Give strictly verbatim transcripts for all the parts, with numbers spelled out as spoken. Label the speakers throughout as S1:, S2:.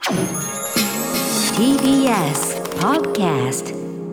S1: ティービーエス Podcast。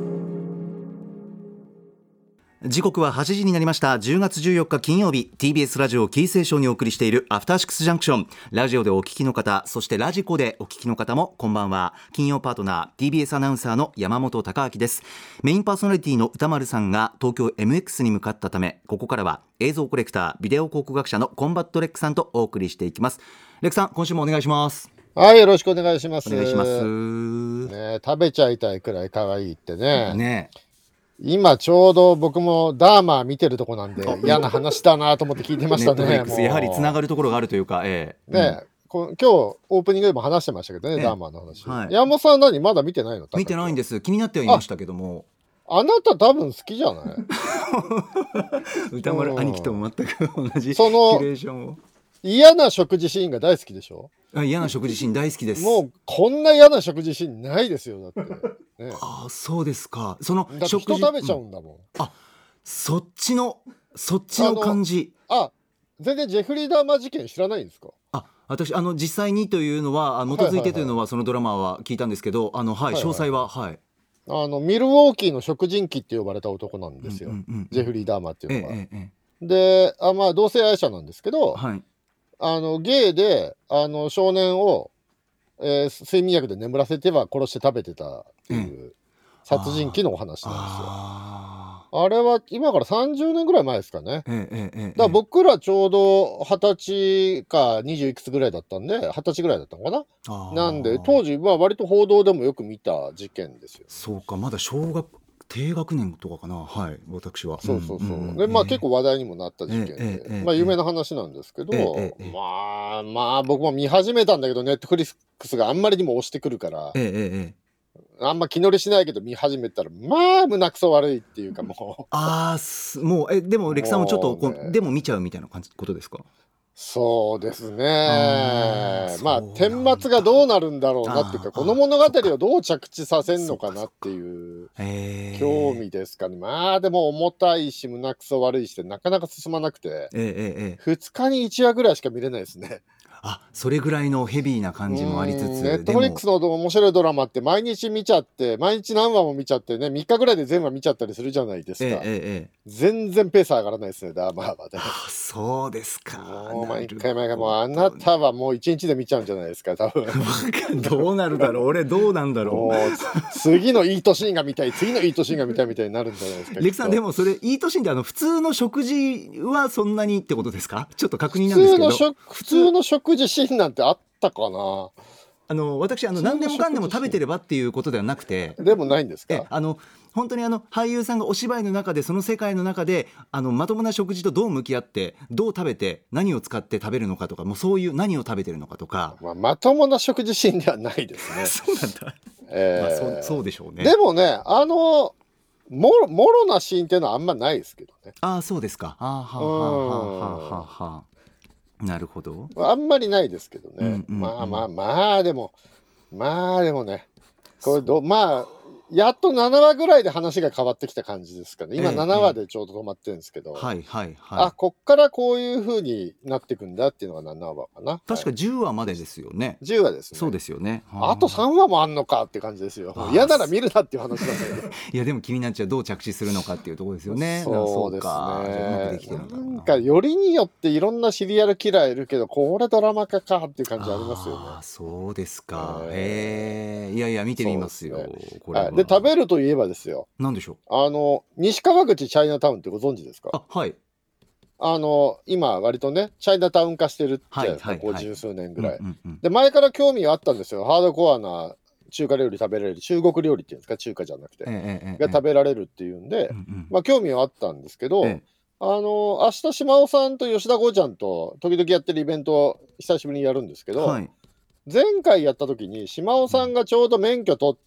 S2: 時刻ははちじになりました。じゅうがつじゅうよっか金曜日、 ティービーエス ラジオキーステーションにお送りしているアフターシックスジャンクション。ラジオでお聞きの方、そしてラジコでお聞きの方もこんばんは。金曜パートナー ティービーエス アナウンサーの山本貴明です。メインパーソナリティの歌丸さんが東京 エムエックス に向かったため、ここからは映像コレクター、ビデオ考古学者のコンバットレックさんとお送りしていきます。レックさん、今週もお願いします。
S3: はい、よろしくお願いします。
S2: お願いします、
S3: ね、食べちゃいたいくらい可愛いってね。
S2: ね
S3: 今ちょうど僕もダーマー見てるとこなんで嫌な話だなと思って聞いてましたね。もう
S2: やはりつながるところがあるというか、ええ、
S3: ね、うん、こ今日オープニングでも話してましたけどね、ええ、ダーマーの話、はい、山本さん何まだ見てないの？
S2: 見てないんです。気になってはいましたけども。
S3: あなた多分好きじゃない
S2: 歌丸兄貴とも全く同じキュレーションを。
S3: 嫌な食事シーンが大好きでしょ？
S2: あ、嫌な食事シーン大好きです。
S3: もうこんな嫌な食事シーンないですよ、だって、ね、
S2: あ、そうですか。その
S3: だって人食べちゃうんだもん、うん、
S2: あ、そっちのそっちの感じ。
S3: ああ、全然ジェフリー・ダーマー事件知らないんですか？
S2: あ、私あの実際にというのは基づいてというのはそのドラマは聞いたんですけど、あの、はい、詳細は、はい、
S3: あのミルウォーキーの食人鬼って呼ばれた男なんですよ、うんうんうん、ジェフリー・ダーマーっていうのは、ええええ、で、あ、まあ、同性愛者なんですけど、はい、あのゲイであの少年を、えー、睡眠薬で眠らせては殺して食べてたっていう殺人鬼のお話なんですよ。あ, あれは今からさんじゅうねんぐらい前ですかね、ええええ、だから僕らちょうどはたちかにじゅういくつぐらいだったんではたちぐらいだったのかな。なんで当時は割と報道でもよく見た事件ですよ。
S2: そうか、まだ小学低学年とかかな。はい、私は
S3: そうそうそう、うんうん、でまあ、えー、結構話題にもなった事件で、えーえー、まあ有名な話なんですけど、えーえー、まあまあ僕も見始めたんだけどネットフリックスがあんまりにも押してくるから、えーえー、あんま気乗りしないけど見始めたらまあ胸くそ悪いっていうかもう
S2: ああ、もうえでもレクさんもちょっとこう、ね、でも見ちゃうみたいな感じことですか？
S3: そうですね。あ、まあ顛末がどうなるんだろうなっていうか、この物語をどう着地させんのかなっていう興味ですかね。まあでも重たいし胸くそ悪いしでなかなか進まなくて、えーえー、ふつかにいちわぐらいしか見れないですね。
S2: あ、それぐらいのヘビーな感じもありつつ、
S3: ネットフリックスの面白いドラマって毎日見ちゃって毎日何話も見ちゃってね、みっかぐらいで全話見ちゃったりするじゃないですか、えーえー、全然ペース上がらないですね、ダーマーはね。
S2: あ、そうですか。
S3: もう毎回毎回もうあなたはもう一日で見ちゃうんじゃないですか多分
S2: どうなるだろう、俺どうなんだろう。も
S3: う次のイートシーンが見たい次のイートシーンが見たいみたいになるんじゃないですか。
S2: レクさん、でもそれイートシーンであの普通の食事はそんなにってことですか？ちょっと確認なんですけど。
S3: 普通の食、普通の食事シーンなんてあったかな。
S2: あの私あの何でもかんでも食べてればっていうことではなくて、
S3: でもないんですか？
S2: えあの本当にあの俳優さんがお芝居の中でその世界の中であのまともな食事とどう向き合ってどう食べて何を使って食べるのかとか、もうそういう何を食べてるのかとか、
S3: まあ、まともな食事シーンではないですね
S2: そうなんだ、えーまあ、そ, そうでしょうね。
S3: でもね、あのもろもろなシーンっていうのはあんまないですけどね。
S2: ああ、そうですか。あーはーはーはーはーはー、なるほど。
S3: あんまりないですけどね、うんうんうん、まあまあまあでもまあでもね、これどまあやっとななわぐらいで話が変わってきた感じですかね。今ななわでちょうど止まってるんですけど、ええ、はいはいはい、あ、こっからこういう風になっていくんだっていうのがななわかな。
S2: 確かじゅうわまでですよね。
S3: じゅうわですね。
S2: そうですよね。
S3: あとさんわもあんのかって感じですよ。嫌なら見るなっていう話なんだけど
S2: いやでも気になっちゃう、どう着地するのかっていうところですよね。
S3: そうですね。
S2: うまくできてるんだろうな。
S3: なんかよりによっていろんなシリアルキラーいるけどこれドラマ化かっていう感じありますよね。
S2: あ、そうですか。へえ、いやいや見てみますよ。
S3: ね、これは。で食べるといえばですよ。
S2: 何でしょう。
S3: あの西川口チャイナタウンってご存知ですか？
S2: あ、はい。
S3: あの今割とねチャイナタウン化してるじゃないですか、こう十数年ぐらい、うんうんうん、で前から興味はあったんですよ。ハードコアな中華料理食べられる、中国料理っていうんですか、中華じゃなくて、ええ、が食べられるっていうんで、うんうん、まあ興味はあったんですけど、ええ、あの明日島尾さんと吉田剛ちゃんと時々やってるイベントを久しぶりにやるんですけど、はい、前回やった時に島尾さんがちょうど免許取って、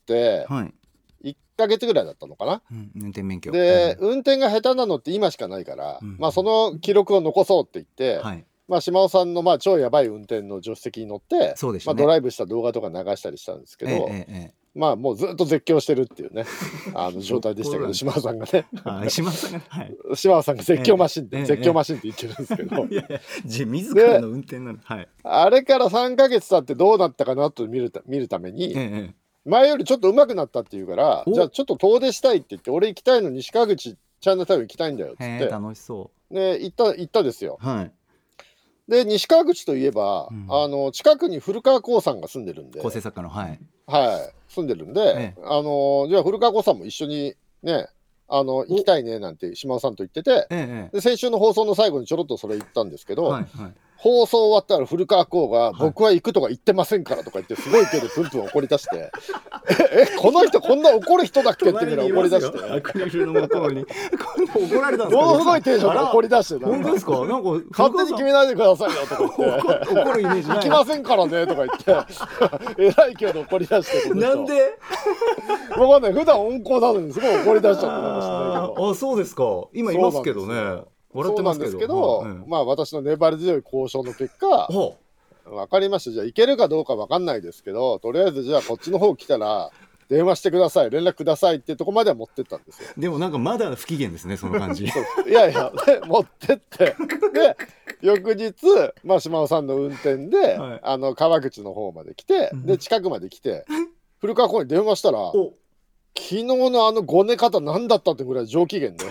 S3: はい、いっかげつぐらいだったのかな、うん、運転免許で、うん、運転が下手なのって今しかないから、うん、まあその記録を残そうって言って、はい、 まあ、島尾さんのまあ超やばい運転の助手席に乗って、
S2: そうでしたね、
S3: まあ、ドライブした動画とか流したりしたんですけど、ええええ、まあもうずっと絶叫してるっていうねあの状態でしたけど島尾さんがね
S2: 島尾さんが、はい、
S3: 島尾さんが絶叫マシンって、ええ、絶叫マシンって言ってるんですけど、
S2: いやいや自らの運転なの、はい、
S3: あれからさんかげつ経ってどうなったかなと見るた見るために、ええ、前よりちょっと上手くなったっていうから、じゃあちょっと遠出したいって言って、俺行きたいの西川口チャイナタウン行きたいんだよっつって
S2: 楽しそう
S3: で行った行ったですよ、
S2: はい、
S3: で西川口といえば、うん、あの近くに古川光さんが住んでるんで、
S2: 構成作家のはい、
S3: はい、住んでるんで、ええ、あのじゃあ古川光さんも一緒にねあの行きたいねなんて島尾さんと言ってて、ええ、で先週の放送の最後にちょろっとそれ言ったんですけど、はいはい、放送終わったら古川光が、はい、僕は行くとか言ってませんからとか言ってすごい勢いでプンプン怒り出してええこの人こんな怒る人だっけってぐらい怒り出して
S2: アクリルの向こうに怒られたんですか、ね、
S3: ものすごいテンションで怒り出して
S2: 本当ですか、なんか
S3: 勝手に決めないでくださいよとか言って
S2: 怒るイメージない
S3: 行きませんからねとか言ってえらい勢いで怒り出して
S2: なんで
S3: 僕はね普段温厚なのにすごい怒り出しちゃってましたね。
S2: ああそうですか、今いますけどね、笑ってますけど、
S3: そうなんですけど、はい、まあ私の粘り強い交渉の結果、分かりました、じゃあ行けるかどうか分かんないですけど、とりあえずじゃあこっちの方来たら電話してください、連絡くださいっていうとこまでは持ってったんですよ。
S2: でもなんかまだ不機嫌ですね、その感じ
S3: いやいや持ってってで翌日、まあ、島尾さんの運転で、はい、あの川口の方まで来て、で近くまで来て古川公園に電話したら昨日のあのごね方何だったってぐらい上機嫌で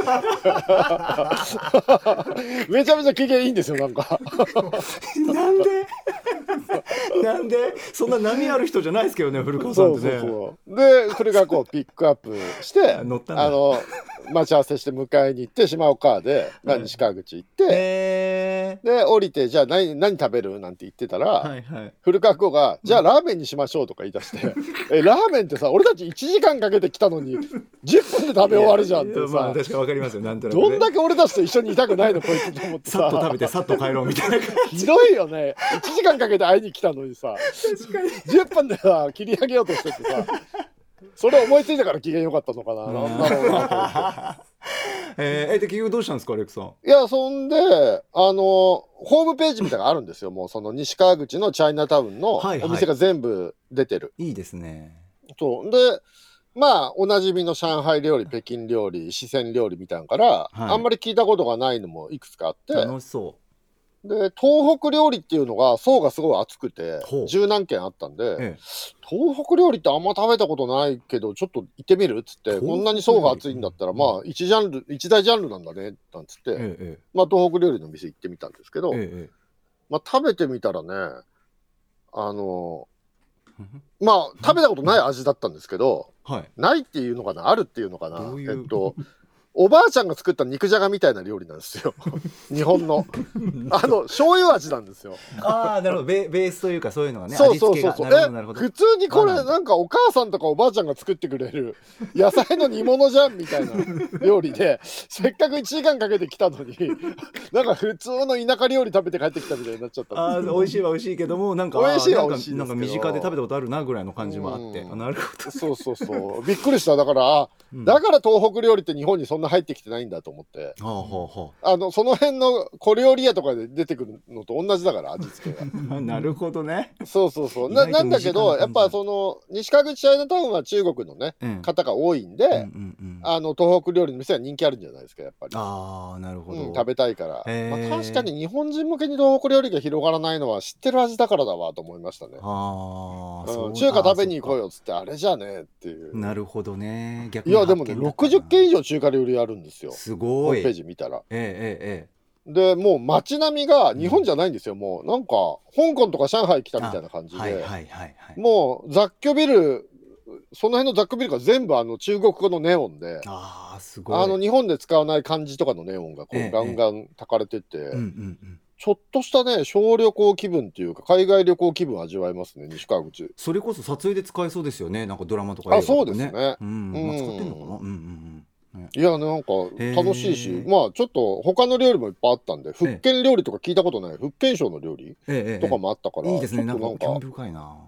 S3: めちゃめちゃ機嫌いいんですよ、なんか
S2: なんでなんでそんな波ある人じゃないですけどね、古川さんってね。そうそう
S3: そうで古川こうピックアップして乗ったんだ、あの待ち合わせして迎えに行って島尾カーで西川口行って、えー、で降りてじゃあ 何, 何食べるなんて言ってたら、はいはい、古川子がじゃあラーメンにしましょうとか言い出してえラーメンってさ俺たちいちじかんかけてきたのにじゅっぷんで食べ終わるじゃんってさ、
S2: まあ、確か分かりますよ、なんとなく、ね、
S3: どんだけ俺たちと一緒にいたくないのこいつと思ってさ
S2: さっと食べてさっと帰ろうみたいな
S3: ひどいよね、いちじかんかけて会いに来たのにさ確かにじゅっぷんでさ切り上げようとしててさそれ思いついたから機嫌良かったのかな、なんだろうなと思って
S2: えー、えで結局どうしたんですかアレックさん。
S3: いやそんであのホームページみたいなのがあるんですよもうその西川口のチャイナタウンのお店が全部出てる、
S2: はいはい、いいですね。
S3: そうでまあおなじみの上海料理、北京料理、四川料理みたいなのから、はい、あんまり聞いたことがないのもいくつかあって、
S2: 楽しそう。
S3: で東北料理っていうのが層がすごい厚くて十何軒あったんで、ええ、東北料理ってあんま食べたことないけどちょっと行ってみるっつって、こんなに層が厚いんだったらまあ一ジャンル一大ジャンルなんだねなんつって、ええ、まあ東北料理の店行ってみたんですけど、え、まあ食べてみたらねあのまあ食べたことない味だったんですけど、はい、ないっていうのかなあるっていうのかなううえっとおばあちゃんが作った肉じゃがみたいな料理なんですよ日本のあの醤油味なんですよ。
S2: ああなるほど ベ, ベースというかそういうのがね
S3: そうそうそうそうえ普通にこれなんかお母さんとかおばあちゃんが作ってくれる野菜の煮物じゃんみたいな料理でせっかくいちじかんかけてきたのになんか普通の田舎料理食べて帰ってきたみたいになっちゃったんです。
S2: あ美味しいは美味しいけどもなんか
S3: 美味しいは美味しい
S2: なんか身近で食べたことあるなぐらいの感じもあって、あなるほど
S3: そうそうそうびっくりした。だからだから東北料理って日本にそんな入ってきてないんだと思って、はあはあ、あのその辺の小料理屋とかで出てくるのと同じだから味付けが
S2: なるほどね。
S3: そうそうそう な, なんだけどやっぱその西川口チャイナタウンは中国のね、うん、方が多いんで、うんうんうん、あの東北料理の店は人気あるんじゃないですかやっぱり。
S2: ああなるほど、
S3: うん、食べたいから、まあ、確かに日本人向けに東北料理が広がらないのは知ってる味だからだわと思いましたね。あ、うん、中華食べに行こうよっつってあれじゃねっていう。
S2: なるほどね。逆に
S3: いやでもねろくじゅっけん以上中華料理あるんですよ。
S2: すごい
S3: ホームページ見たら、
S2: えええ
S3: え、でもう街並みが日本じゃないんですよ、うん、もうなんか香港とか上海来たみたいな感じで、もう雑居ビルその辺の雑居ビルが全部あの中国語のネオンで、
S2: あすごい
S3: あの日本で使わない漢字とかのネオンがこう、ええ、ガンガン焚かれてて、うんうんうん、ちょっとしたね小旅行気分っていうか海外旅行気分味わえますね西川口。
S2: それこそ撮影で使えそうですよね、なんかドラマとか映画とかね。
S3: あそうですね、
S2: うんまあ、使ってんのかな、うんうんうん
S3: いやなんか楽しいし、まあちょっと他の料理もいっぱいあったんで福建料理とか聞いたことない福建省の料理とかもあったから、
S2: いいですね、なんか興味深いな。
S3: う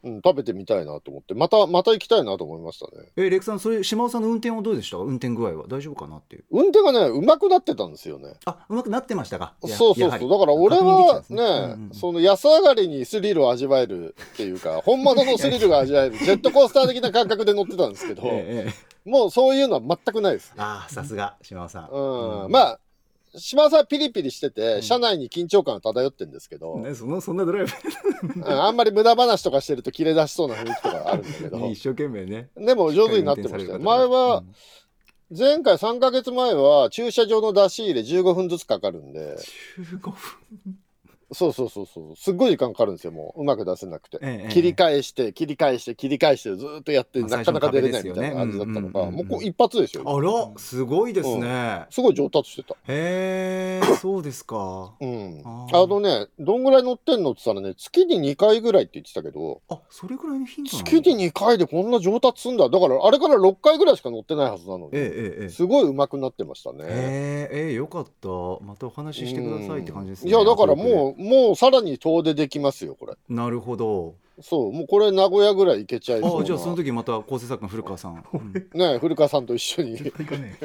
S3: うん、食べてみたいなと思ってまたまた行きたいなと思いましたね。
S2: えレクさんそれ島尾さんの運転はどうでした？運転具合は大丈夫かなっていう。
S3: 運転がねうまくなってたんですよね。
S2: あうまくなってましたか。
S3: そうそうそうだから俺はね、うんうん、その安上がりにスリルを味わえるっていうか本物のスリルが味わえるジェットコースター的な感覚で乗ってたんですけど、ええ、もうそういうのは全くないです、ね、
S2: ああさすが島尾さん、
S3: うんうん、まあ島尾さんピリピリしてて、うん、車内に緊張感が漂ってるんですけど、
S2: ね、そのそんなドライブ
S3: あんまり無駄話とかしてると切れ出しそうな雰囲気とかあるんだけど
S2: 一生懸命ね
S3: でも上手になってましたよ。前は、うん、前回さんかげつまえは駐車場の出し入れじゅうごふんずつかかるんで
S2: じゅうごふん
S3: そうそうそうそうすっごい時間かかるんですよ。もううまく出せなくて、ええ、切り返して切り返して切り返してずっとやって、まあ、なかなか出れないみたいな感じだったのが、もうこう一発ですよ。
S2: あらすごいですね、
S3: うん、すごい上達してた。
S2: へえそうですか、
S3: うん、あ, あのねどんぐらい乗ってんのって言ったらね月ににかいぐらいって言ってたけど、
S2: あそれぐらいの頻度なの？
S3: 月ににかいでこんな上達すんだ。だからあれからろっかいぐらいしか乗ってないはずなので、ええええ、すごい上手くなってましたね。
S2: へえー、よかったまたお話ししてくださいって感じですね。
S3: いやだからもうもうさらに遠出できますよこれ。
S2: なるほど。
S3: そうもうこれ名古屋ぐらい行けちゃいそうな。
S2: あじゃあその時また構成作家の古川さん、
S3: うん、ね古川さんと一緒に絶対行かね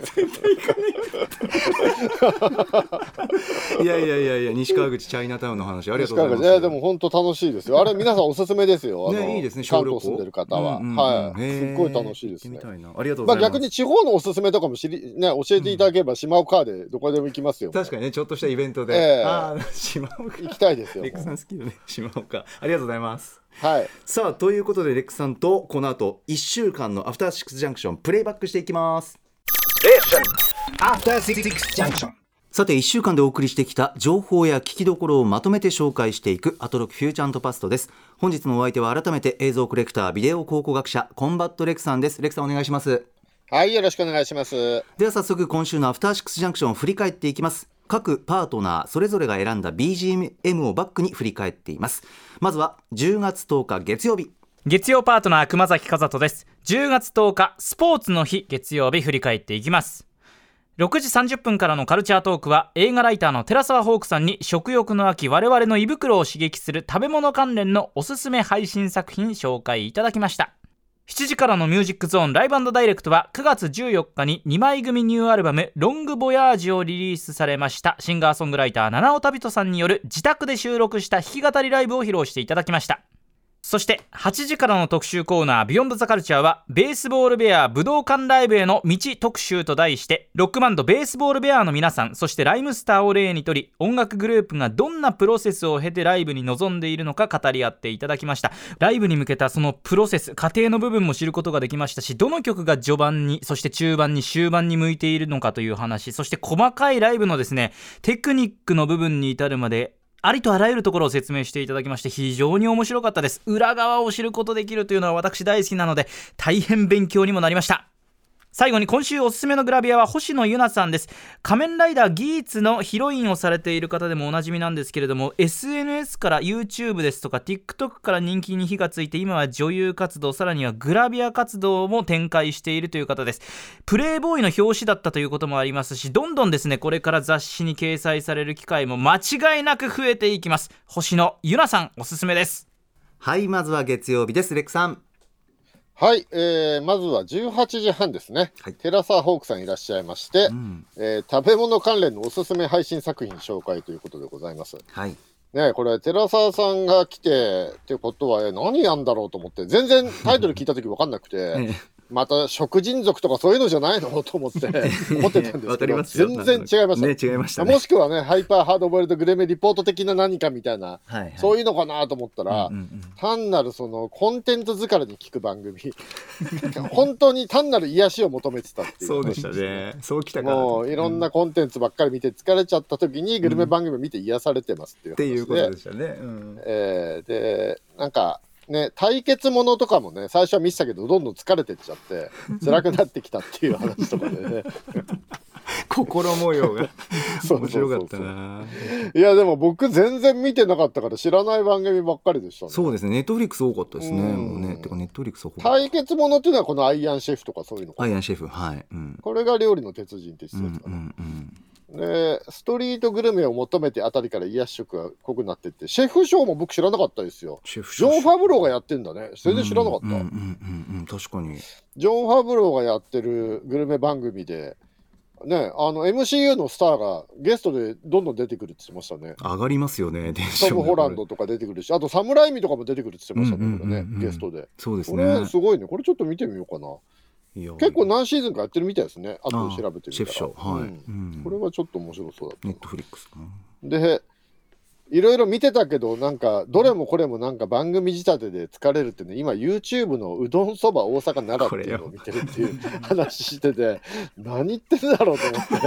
S2: えいやいやいやいや西川口チャイナタウンの話ありがとうございます。い
S3: やでも本当楽しいですよあれ皆さんおすすめですよ。あの
S2: ねいいですね
S3: 関東住んでる方は、うんうんうん、はいすっごい楽しいですね。
S2: ありがとうございます。まあ
S3: 逆に地方のおすすめとかも知り、ね、教えていただければ、うん、島岡でどこでも行きますよ。
S2: 確かにねちょっとしたイベントで、
S3: えー、
S2: あ島岡
S3: 行きたいですよ。
S2: レックさん好きよね島岡ありがとうございます。
S3: はい、
S2: さあということでレックさんとこの後いっしゅうかんのアフターシックスジャンクションプレイバックしていきます。アフターシックスジャンクション。さていっしゅうかんでお送りしてきた情報や聞きどころをまとめて紹介していくアトロックフューチャー&パストです。本日のお相手は改めて映像コレクタービデオ考古学者コンバットレクさんです。レクさんお願いします。
S3: はいよろしくお願いします。
S2: では早速今週のアフターシックスジャンクションを振り返っていきます。各パートナーそれぞれが選んだ ビージーエム をバックに振り返っています。まずはじゅうがつとおか月曜日
S4: 月曜パートナー熊崎和人です。じゅうがつとおかスポーツの日月曜日振り返っていきます。ろくじさんじゅっぷんからのカルチャートークは映画ライターの寺澤ホークさんに食欲の秋我々の胃袋を刺激する食べ物関連のおすすめ配信作品紹介いただきました。しちじからのミュージックゾーンライブ&ダイレクトはくがつじゅうよっかににまい組ニューアルバムロングボヤージュをリリースされましたシンガーソングライター七尾旅人さんによる自宅で収録した弾き語りライブを披露していただきました。そしてはちじからの特集コーナービヨンドザカルチャーはベースボールベア武道館ライブへの道特集と題してロックバンドベースボールベアの皆さんそしてライムスターを例にとり音楽グループがどんなプロセスを経てライブに臨んでいるのか語り合っていただきました。ライブに向けたそのプロセス過程の部分も知ることができましたしどの曲が序盤にそして中盤に終盤に向いているのかという話そして細かいライブのですねテクニックの部分に至るまでありとあらゆるところを説明していただきまして非常に面白かったです。裏側を知ることできるというのは私大好きなので大変勉強にもなりました。最後に今週おすすめのグラビアは星野ゆなさんです。仮面ライダーギーツのヒロインをされている方でもおなじみなんですけれども エスエヌエス から YouTube ですとか TikTok から人気に火がついて今は女優活動さらにはグラビア活動も展開しているという方です。プレイボーイの表紙だったということもありますしどんどんですねこれから雑誌に掲載される機会も間違いなく増えていきます。星野ゆなさんおすすめです。
S2: はいまずは月曜日です。レックさん。
S3: はい、えー、まずはじゅうはちじはんですね、はい、テラサーホークさんいらっしゃいまして、うんえー、食べ物関連のおすすめ配信作品紹介ということでございます、
S2: はい
S3: ね、これテラサーさんが来てってことは、えー、何やんだろうと思って全然タイトル聞いた時分かんなくて、ええまた食人族とかそういうのじゃないのと思って思ってたんですけど全然違いました、
S2: ね、違いましたね。
S3: もしくはねハイパーハードボイルドグルメリポート的な何かみたいな、はいはい、そういうのかなと思ったら、うんうんうん、単なるそのコンテンツ疲れに聞く番組本当に単なる癒しを求めてたっていう
S2: そうでしたね。そうきたか
S3: もういろんなコンテンツばっかり見て疲れちゃった時にグルメ番組を見て癒されてますっていう話で、
S2: っていうことでしたね、うん
S3: えー、でなんかね、対決ものとかもね最初は見てたけどどんどん疲れてっちゃって辛くなってきたっていう話とかでね
S2: 心模様が面白かったな。
S3: いやでも僕全然見てなかったから知らない番組ばっかりでしたね。
S2: そうですねネットフリックス多かったですね。もうねてかネットフリックス
S3: 対決ものっていうのはこのアイアンシェフとかそういうのか
S2: アイアンシェフはい、うん、
S3: これが料理の鉄人って言ってたやつかな、うんうんうんでストリートグルメを求めてあたりから癒し食が濃くなってって、シェフショーも僕知らなかったですよ。ジョン・ファブローがやってんだね。全然知らなかった、うんうん
S2: うんうん、確かに
S3: ジョン・ファブローがやってるグルメ番組でね、あの エムシーユー のスターがゲストでどんどん出てくるって言ってましたね。
S2: 上がりますよね。
S3: トム・ホランドとか出てくるし、あとサムライミとかも出てくるって言ってましたね、うんうんうんうん、ゲストで。
S2: そうですね。
S3: これすごいね。これちょっと見てみようかな。結構何シーズンかやってるみたいですね。あと調べてみたら。
S2: シェフショー、はい、
S3: うんうん、これはちょっと面白そうだった。
S2: ネットフリックスかな。
S3: でいろいろ見てたけど、なんかどれもこれもなんか番組仕立てで疲れるってね、今 YouTube のうどんそば大阪奈良っていうのを見てるっていう話してて何言ってんだろうと思って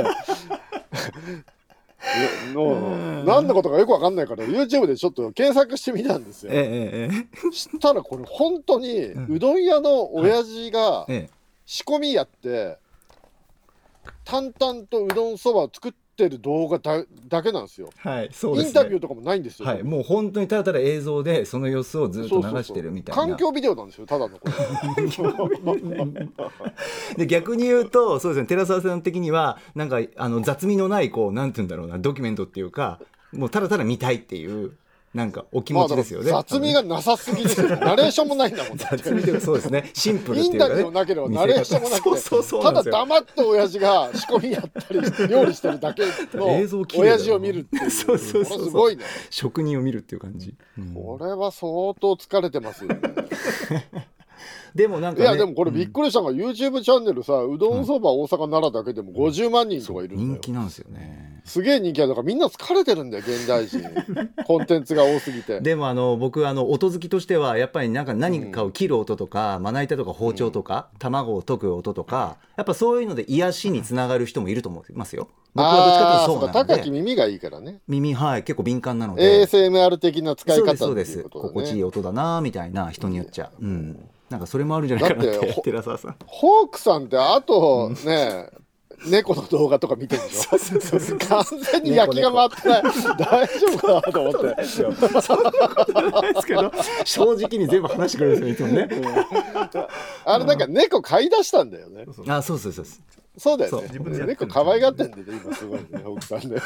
S3: の何のことかよく分かんないから YouTube でちょっと検索してみたんですよ。
S2: ええええ、
S3: したらこれ本当にうどん屋の親父が仕込みやって淡々とうどんそばを作ってる動画 だ, だけなんですよ。
S2: はい、そうですね。
S3: インタビューとかもないんですよ。
S2: はい、もう本当にただただ映像でその様子をずっと流してるみたいな。
S3: そうそうそう、環境ビデオなんですよ、ただのこ
S2: れで逆に言うとそうですね、寺澤さん的にはなんかあの雑味のないこうなんて言うんだろうな、ドキュメントっていうか、もうただただ見たいっていうなんかお気持ちですよね。
S3: まあ、雑味がなさすぎですよ。ナレーションもないんだもん。
S2: 雑味でそうですね。シンプルっていうか、ね、
S3: インタビューもなければナレーションもなくて、そうそうそう、ただ黙って親父が仕込みやったり料理してるだけの親父を見るっていう。そうそうそうそう、これすごいね。
S2: 職人を見るっていう感じ。
S3: うん、これは相当疲れてますよね。
S2: でもなんか、ね、
S3: いやでもこれびっくりしたのが、うん、YouTube チャンネルさ、うどんそば大阪奈良だけでもごじゅうまんにんとかいるんだよ。
S2: 人気なんですよね。
S3: すげえ人気ある。だからみんな疲れてるんだよ、現代人。コンテンツが多すぎて。
S2: でもあの僕あの音好きとしてはやっぱりなんか何かを切る音とか、うん、まな板とか包丁とか、うん、卵を溶く音とか、やっぱそういうので癒しにつながる人もいると思いますよ。僕はどっちかというとそうなので。
S3: 高木耳がいいからね。
S2: 耳、はい、結構敏感なので
S3: エーエスエムアール 的な使い方っていうことだね。
S2: そうですそうです。心地いい音だなみたいな、人によっちゃ、うん、なんかそれもあるんじゃないかなって寺澤さん。
S3: ホークさんってあとね、うん、猫の動画とか見てるでしょ。そうそうそう、完全に焼きが回ってない。大丈夫かなと思って。そんな
S2: ことないですけど、正直に全部話してくれるんですよ、いつもね。
S3: あれなんか猫飼い出したんだよね。
S2: あ、そうそうそうそう。
S3: そうだよね。猫可愛がってんでね、今すごいね、奥さんね。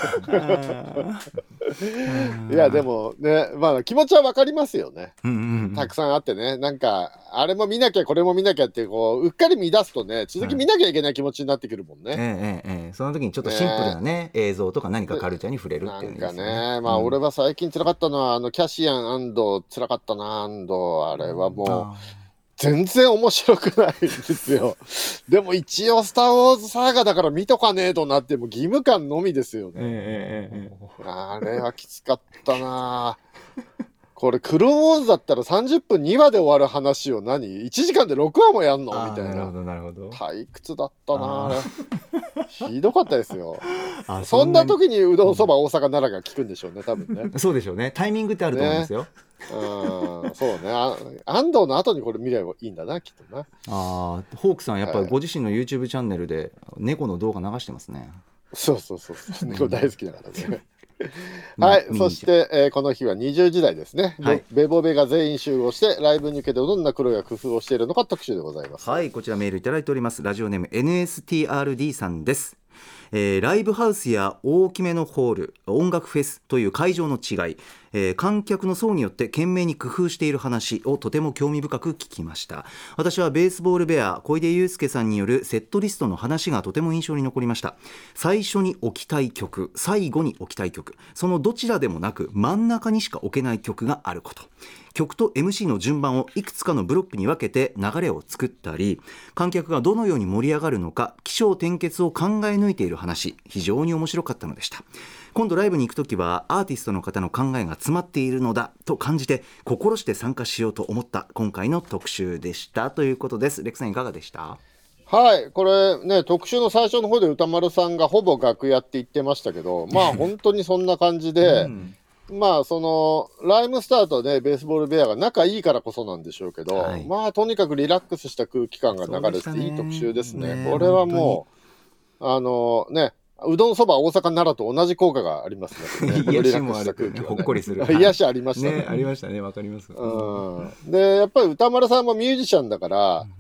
S3: いやでもね、まあ気持ちはわかりますよね、うんうんうん。たくさんあってね、なんかあれも見なきゃこれも見なきゃってこううっかり見出すとね、続き見なきゃいけない気持ちになってくるもんね。
S2: ええええ、その時にちょっとシンプルなね、ね、映像とか何かカルチャーに触れるっていう、ね、
S3: なんかね、まあ俺は最近辛かったのはあのキャシアン安藤辛かったな。安藤あれはもう全然面白くないんですよ。でも一応スター・ウォーズサーガだから見とかねえとなっても義務感のみですよね。ええええ、あれはきつかったな。これクローンウォーズだったらさんじゅっぷんにわで終わる話を何いちじかんでろくわもやんのみたいな。なるほどなるほど。退屈だったな。あれひどかったですよ。あ、 そ, んそんな時にうどんそば大阪奈良が効くんでしょうね、多分ね。
S2: そうでしょうね。タイミングってあると思うんですよ、ね。
S3: うん、そうね。あ、安藤の後にこれ見ればいいんだな、きっとな。あ、
S2: ホークさんやっぱりご自身の YouTube チャンネルで猫の動画流してますね。
S3: そうそうそうそう、猫大好きだからね。はい、そして、えー、この日はにじゅうじ台ですね、はい、ベボベが全員集合してライブに向けてどんな苦労や工夫をしているのか特集でございます。
S2: はい、こちらメールいただいております。ラジオネーム エヌエスティーアールディー さんです。えー、ライブハウスや大きめのホール、音楽フェスという会場の違い、えー、観客の層によって懸命に工夫している話をとても興味深く聞きました。私はベースボールベア小出祐介さんによるセットリストの話がとても印象に残りました。最初に置きたい曲、最後に置きたい曲、そのどちらでもなく真ん中にしか置けない曲があること、曲と エムシー の順番をいくつかのブロックに分けて流れを作ったり、観客がどのように盛り上がるのか起承転結を考え抜いている話、非常に面白かったのでした。今度ライブに行くときはアーティストの方の考えが詰まっているのだと感じて心して参加しようと思った今回の特集でしたということです。レクさんいかがでした？
S3: はい、これね、特集の最初の方で歌丸さんがほぼ楽屋って言ってましたけど、まあ本当にそんな感じで、うんまあそのライムスターとねベースボールベアが仲いいからこそなんでしょうけど、はい、まあとにかくリラックスした空気感が流れていい特集です ね, ね。これはもうあのねうどんそば大阪奈良と同じ効果がありますね。
S2: 癒しもある、ね、ほっこりする。
S3: 癒しありました ね,
S2: ね。ありましたね、わかります。
S3: うん、でやっぱり歌丸さんもミュージシャンだから、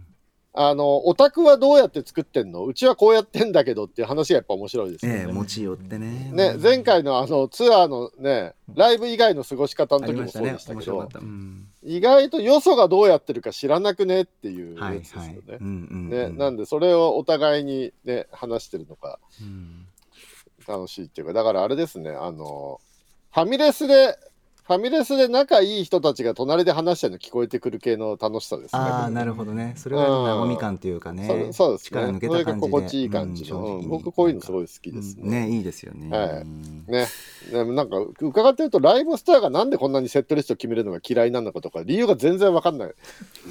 S3: あのオタクはどうやって作ってんの、うちはこうやってんだけどっていう話がやっぱ面白いですよね。
S2: ええ、持ち寄ってね。
S3: ね、前回のあのツアーのねライブ以外の過ごし方の時もそうでしたけど、
S2: ね、うん、
S3: 意外とよそがどうやってるか知らなくねっていうやつですよね。なんでそれをお互いにね話してるのが楽しいっていうか、だからあれですね、あのファミレスでファミレスで仲いい人たちが隣で話してるの聞こえてくる系の楽しさですね。
S2: ああ、なるほどね。それが和み感というかね、
S3: うん、そうですね、
S2: 力抜けた感じで、
S3: それが心地いい感じの、うんうん、僕こういうのすごい好きですね。
S2: うん、ね、いいですよね。
S3: はい、ね、でもなんか伺ってるとライブスターがなんでこんなにセットリスト決めるのが嫌いなのかとか理由が全然わかんない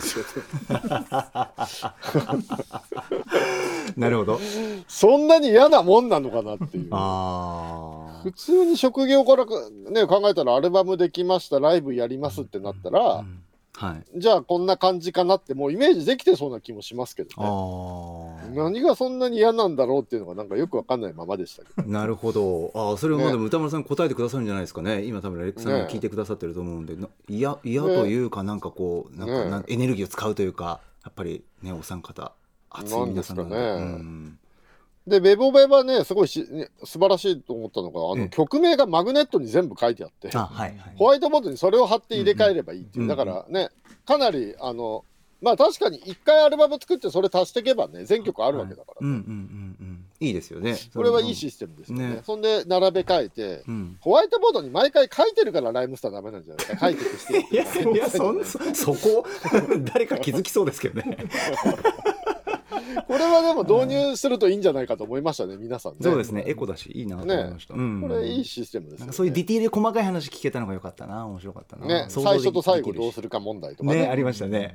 S2: なるほど。
S3: そんなに嫌なもんなのかなっていう。
S2: あ
S3: 普通に職業から、ね、考えたらアルバムできました、ライブやりますってなったら、うんうんはい、じゃあこんな感じかなってもうイメージできてそうな気もしますけどね。あ、何がそんなに嫌なんだろうっていうのがなんかよくわかんないままでしたけど。
S2: なるほど。あ、それはまだ歌丸さん答えてくださるんじゃないですかね。今多分レックさんが聞いてくださってると思うんで、嫌、ね、嫌というかなんかこうなんか、ね、なんエネルギーを使うというか、やっぱりねお三方熱い皆さんなんで。なんですかね。うん
S3: でベボベバねすごいし、ね、素晴らしいと思ったのがあの、ええ、曲名がマグネットに全部書いてあって、あ、はいはい、ホワイトボードにそれを貼って入れ替えればいいっていう、うんうん、だからねかなりあのまあ確かにいっかいアルバム作ってそれ足していけばね全曲あるわけだから、ね、はい、うんうんうん、
S2: いいですよね。
S3: これはいいシステムですよね。ね、そんで並べ替えて、うん、ホワイトボードに毎回書いてるからライムスターダメなんじゃないですか。書いてくして
S2: いやいや そ, そ, そこ誰か気づきそうですけどね
S3: これはでも導入するといいんじゃないかと思いましたね、皆さんね。
S2: そうですね、エコだしいいなと思いました、ね、
S3: うん、これいいシステムですよね。
S2: そういうディティール細かい話聞けたのが良かったな、面白かったな、
S3: ね、最初と最後どうするか問題とか ね,
S2: ねありましたね。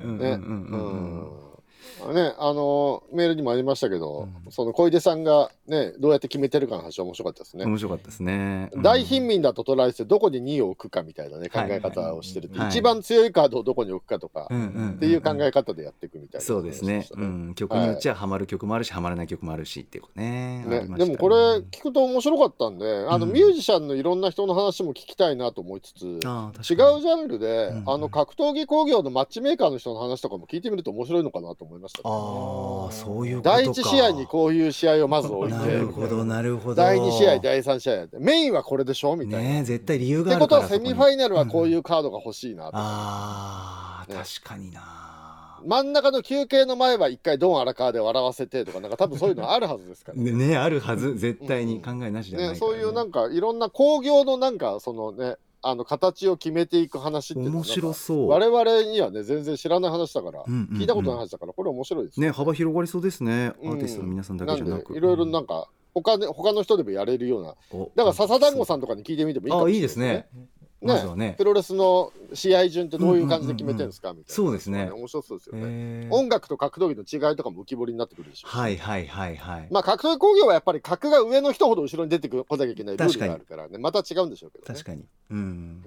S3: ね、あのメールにもありましたけど、うん、その小出さんが、ね、どうやって決めてるかの話は面白かったですね。
S2: 面白かったですね、
S3: うん、大貧民だと捉えてどこににを置くかみたいな、ね、考え方をしてるって、はいはい、一番強いカードをどこに置くかとか、はい、っていう考え方でやっていくみたいな、ね、
S2: そうですね、うん、曲によっちゃハマる曲もあるし、はい、ハマらない曲もあるしっていうね、
S3: ね、ねでもこれ聞くと面白かったんで、あのミュージシャンのいろんな人の話も聞きたいなと思いつつ、うん、違うジャンルで、うん、あの格闘技工業のマッチメーカーの人の話とかも聞いてみると面白いのかなと思いました、ね。
S2: ああ、そういうことか。
S3: だいいち試合にこういう試合をまず置いて、
S2: なるほどなるほど、
S3: だいに試合だいさん試合やって、メインはこれでしょみたいな、
S2: ね、絶対理由があるから。
S3: ってことはセミファイナルはこういうカードが欲しいなと、うん、
S2: あ、ね、確かにな。
S3: 真ん中の休憩の前は一回ドン荒川で笑わせてとか、なんか多分そういうのあるはずですからね
S2: ね、あるはず、絶対に考えなしじゃないから、ね、
S3: ね、そういうなんかいろんな工業のなんかそのねあの形を決めていく話っていうのは面白そう。我々にはね全然知らない話だから、うんうんうん、聞いたことない話だから、これ面白いです ね,
S2: ね幅広がりそうですね、アーティストの皆さんだけじゃなく、
S3: いろいろなんか他, で他の人でもやれるような、だから笹団子さんとかに聞いてみてもいいかもしれない、ね、
S2: あ、いいですね。
S3: ね、まずはね、プロレスの試合順ってどういう感じで決めてるんですか、うんうんうん、みたいな。
S2: そうですね、
S3: 面白そうですよね。音楽と格闘技の違いとかも浮き彫りになってくるでしょう。
S2: はいはいはいはい。
S3: まあ格闘技工業はやっぱり格が上の人ほど後ろに出てこなきゃいけないルールがあるからね、また違うんでしょうけどね。
S2: 確かに、うんうん、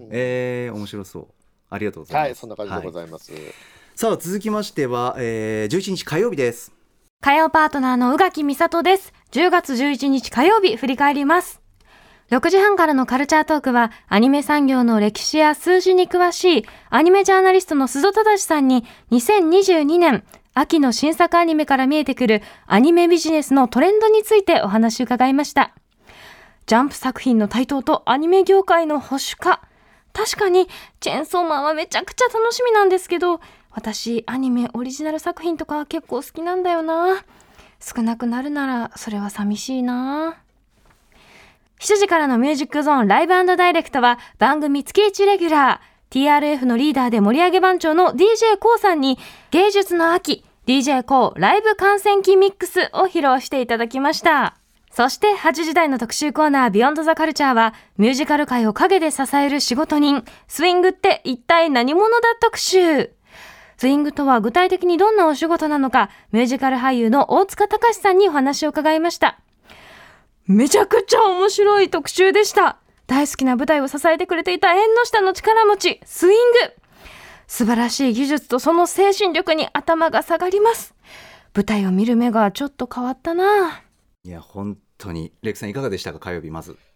S2: えー、面白そう。ありがとうございます。
S3: はい、そんな感じでございます、はい、
S2: さあ続きましては、えー、じゅういちにち火曜日です。
S5: 火曜パートナーの宇垣美里です。じゅうがつじゅういちにち火曜日振り返ります。ろくじはんからのカルチャートークは、アニメ産業の歴史や数字に詳しいアニメジャーナリストの須戸忠さんににせんにじゅうにねん秋の新作アニメから見えてくるアニメビジネスのトレンドについてお話を伺いました。ジャンプ作品の台頭とアニメ業界の保守化。確かにチェーンソーマンはめちゃくちゃ楽しみなんですけど、私アニメオリジナル作品とかは結構好きなんだよな。少なくなるならそれは寂しいな。しちじからのミュージックゾーンライブ&ダイレクトは番組月いちレギュラー ティーアールエフ のリーダーで盛り上げ番長の ディージェー コウさんに芸術の秋 ディージェー コウライブ観戦記ミックスを披露していただきました。そしてはちじ台の特集コーナービヨンドザカルチャーはミュージカル界を陰で支える仕事人スイングって一体何者だ特集。スイングとは具体的にどんなお仕事なのか、ミュージカル俳優の大塚隆さんにお話を伺いました。めちゃくちゃ面白い特集でした。大好きな舞台を支えてくれていた縁の下の力持ちスイング。素晴らしい技術とその精神力に頭が下がります。舞台を見る目がちょっと変わったな。
S2: いや本当にレイクさんいかがでしたか、火曜日。まず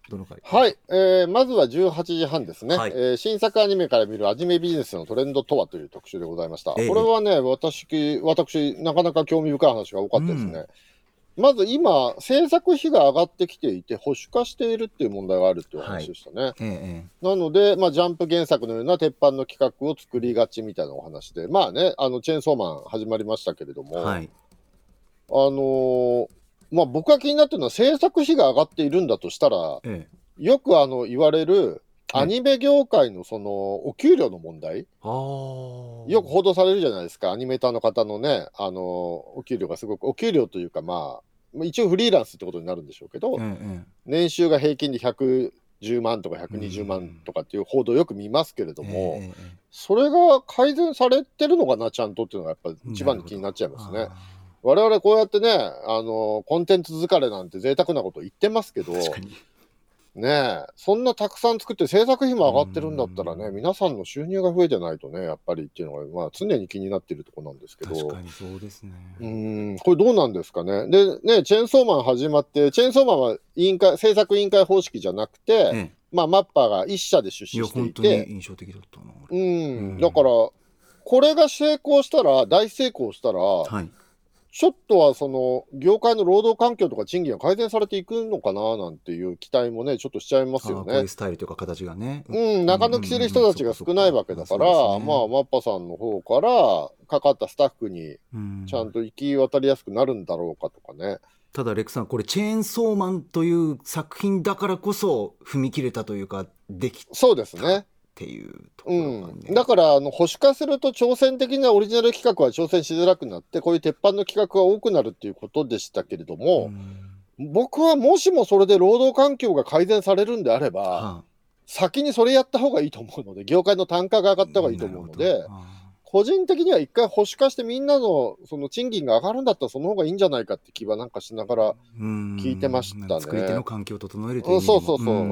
S2: どの回？
S3: はい、えー、まずはじゅうはちじはんですね、はい、えー、新作アニメから見るアニメビジネスのトレンドとはという特集でございました、えー、これはね私、私なかなか興味深い話が多かったですね、うん、まず今制作費が上がってきていて保守化しているっていう問題があるっていう話でしたね、はい、えー、なので、まあ、ジャンプ原作のような鉄板の企画を作りがちみたいなお話で、まあね、あのチェーンソーマン始まりましたけれども、はい、あのーまあ、僕が気になってるのは制作費が上がっているんだとしたら、ええ、よくあの言われるアニメ業界のそのお給料の問題、あよく報道されるじゃないですか。アニメーターの方のね、あのお給料がすごく、お給料というか、まあ一応フリーランスってことになるんでしょうけど、ええ、年収が平均でひゃくじゅうまんとかひゃくにじゅうまんとかっていう報道をよく見ますけれども、ええ、それが改善されてるのかなちゃんとっていうのがやっぱり一番に気になっちゃいますね。我々こうやってね、あのコンテンツ疲れなんて贅沢なこと言ってますけど、確かにねえ、そんなたくさん作って制作費も上がってるんだったらね、皆さんの収入が増えてないとね、やっぱりっていうのが、まあ、常に気になっているところなんですけど、
S2: 確かにそうですね。
S3: うーん、これどうなんですかね。でね、チェーンソーマン始まって、チェーンソーマンは委員会制作委員会方式じゃなくて、ええ、まあ、マッパーが一社で出資していて、いや本当に印象的だったな。うん、うん、だからこれが成功したら、大成功したら、はい、ちょっとはその業界の労働環境とか賃金が改善されていくのかななんていう期待もねちょっとしちゃいますよね。
S2: こういうスタイルというか形がね、
S3: うん、中抜きする人たちが少ないわけだから、まあマッパさんの方からかかったスタッフにちゃんと行き渡りやすくなるんだろうかとかね。
S2: ただレックさん、これチェーンソーマンという作品だからこそ踏み切れたというかできた。
S3: そうですね
S2: っていうところがね、
S3: うん、だからあの保守化すると挑戦的なオリジナル企画は挑戦しづらくなって、こういう鉄板の企画が多くなるっていうことでしたけれども、僕はもしもそれで労働環境が改善されるんであれば、はあ、先にそれやった方がいいと思うので、業界の単価が上がった方がいいと思うので、個人的には一回保守化してみんなのその賃金が上がるんだったらその方がいいんじゃないかって気はなんかしながら聞いてましたね。
S2: 作り手の環境を整えるという意味
S3: でも。そうそうそう。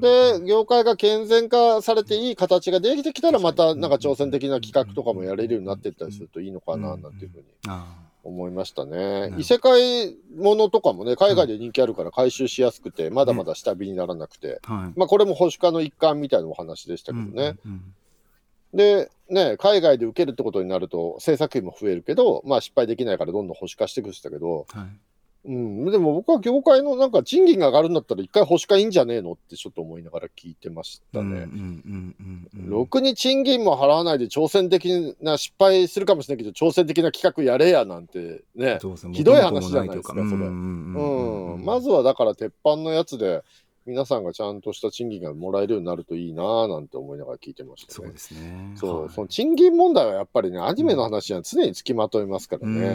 S3: で業界が健全化されていい形ができてきたらまたなんか挑戦的な企画とかもやれるようになっていったりするといいのかななんていうふうに思いましたね。異世界ものとかもね海外で人気あるから回収しやすくてまだまだ下火にならなくて、まあこれも保守化の一環みたいなお話でしたけどね。でね、海外で受けるってことになると制作費も増えるけど、まあ、失敗できないからどんどん保守化していくんだけど、はいうん、でも僕は業界のなんか賃金が上がるんだったら一回保守化いいんじゃねえのってちょっと思いながら聞いてましたね。ろくに賃金も払わないで挑戦的な失敗するかもしれないけど挑戦的な企画やれやなんてねひどい話じゃないですかそれ。まずはだから鉄板のやつで皆さんがちゃんとした賃金がもらえるようになるといいなぁなんて思いながら聞いてましたね。
S2: そうですね。
S3: そう、はい、その賃金問題はやっぱりねアニメの話は常につきまといますからね。うん、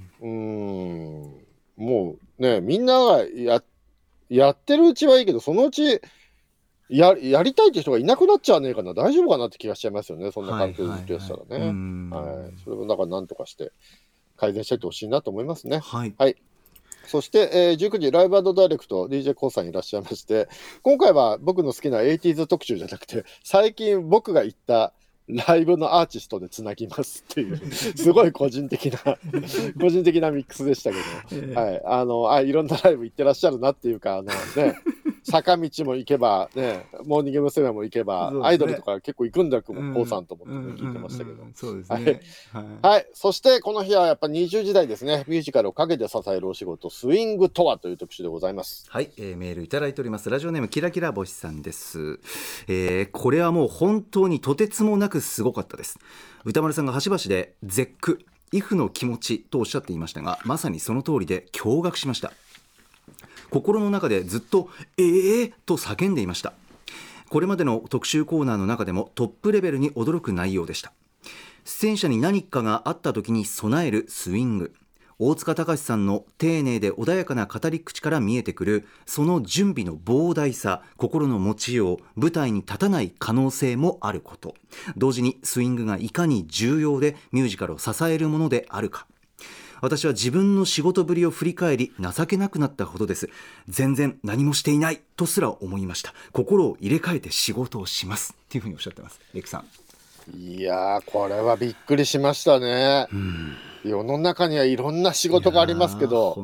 S3: うーんもうねみんなが や, やってるうちはいいけどそのうち や, やりたいって人がいなくなっちゃわねえかな大丈夫かなって気がしちゃいますよねそんな環境でずっとやってたらね。はい、それをだからなんとかして改善していってほしいなと思いますね。はい、はいそして、えー、じゅうくじライブ&ダイレクト ディージェー コウさんいらっしゃいまして今回は僕の好きな エイティーズ 特集じゃなくて最近僕が行ったライブのアーティストでつなぎますっていうすごい個人的な個人的なミックスでしたけど、えーはい、あのあいろんなライブ行ってらっしゃるなっていうかあの、ね、坂道も行けば、ね、モーニング娘。も行けば、ね、アイドルとか結構行くんだけど、うん、コウさんと思って聞いてましたけど、
S2: そうですね、
S3: はいはいはい、そしてこの日はやっぱにじゅうじ代ですねミュージカルを陰で支えるお仕事スイングとはという特集でございます。
S2: はい、えー、メールいただいております。ラジオネームキラキラ星さんです、えー、これはもう本当にとてつもなくすごかったです。歌丸さんが端々で絶句イフの気持ちとおっしゃっていましたがまさにその通りで驚愕しました。心の中でずっとえーと叫んでいました。これまでの特集コーナーの中でもトップレベルに驚く内容でした。出演者に何かがあった時に備えるスイング、大塚隆さんの丁寧で穏やかな語り口から見えてくるその準備の膨大さ、心の持ちよう、舞台に立たない可能性もあること、同時にスイングがいかに重要でミュージカルを支えるものであるか。私は自分の仕事ぶりを振り返り情けなくなったほどです。全然何もしていないとすら思いました。心を入れ替えて仕事をしますっていうふうにおっしゃってます。レクさ
S3: んいやーこれはびっくりしましたね。うん世の中にはいろんな仕事がありますけど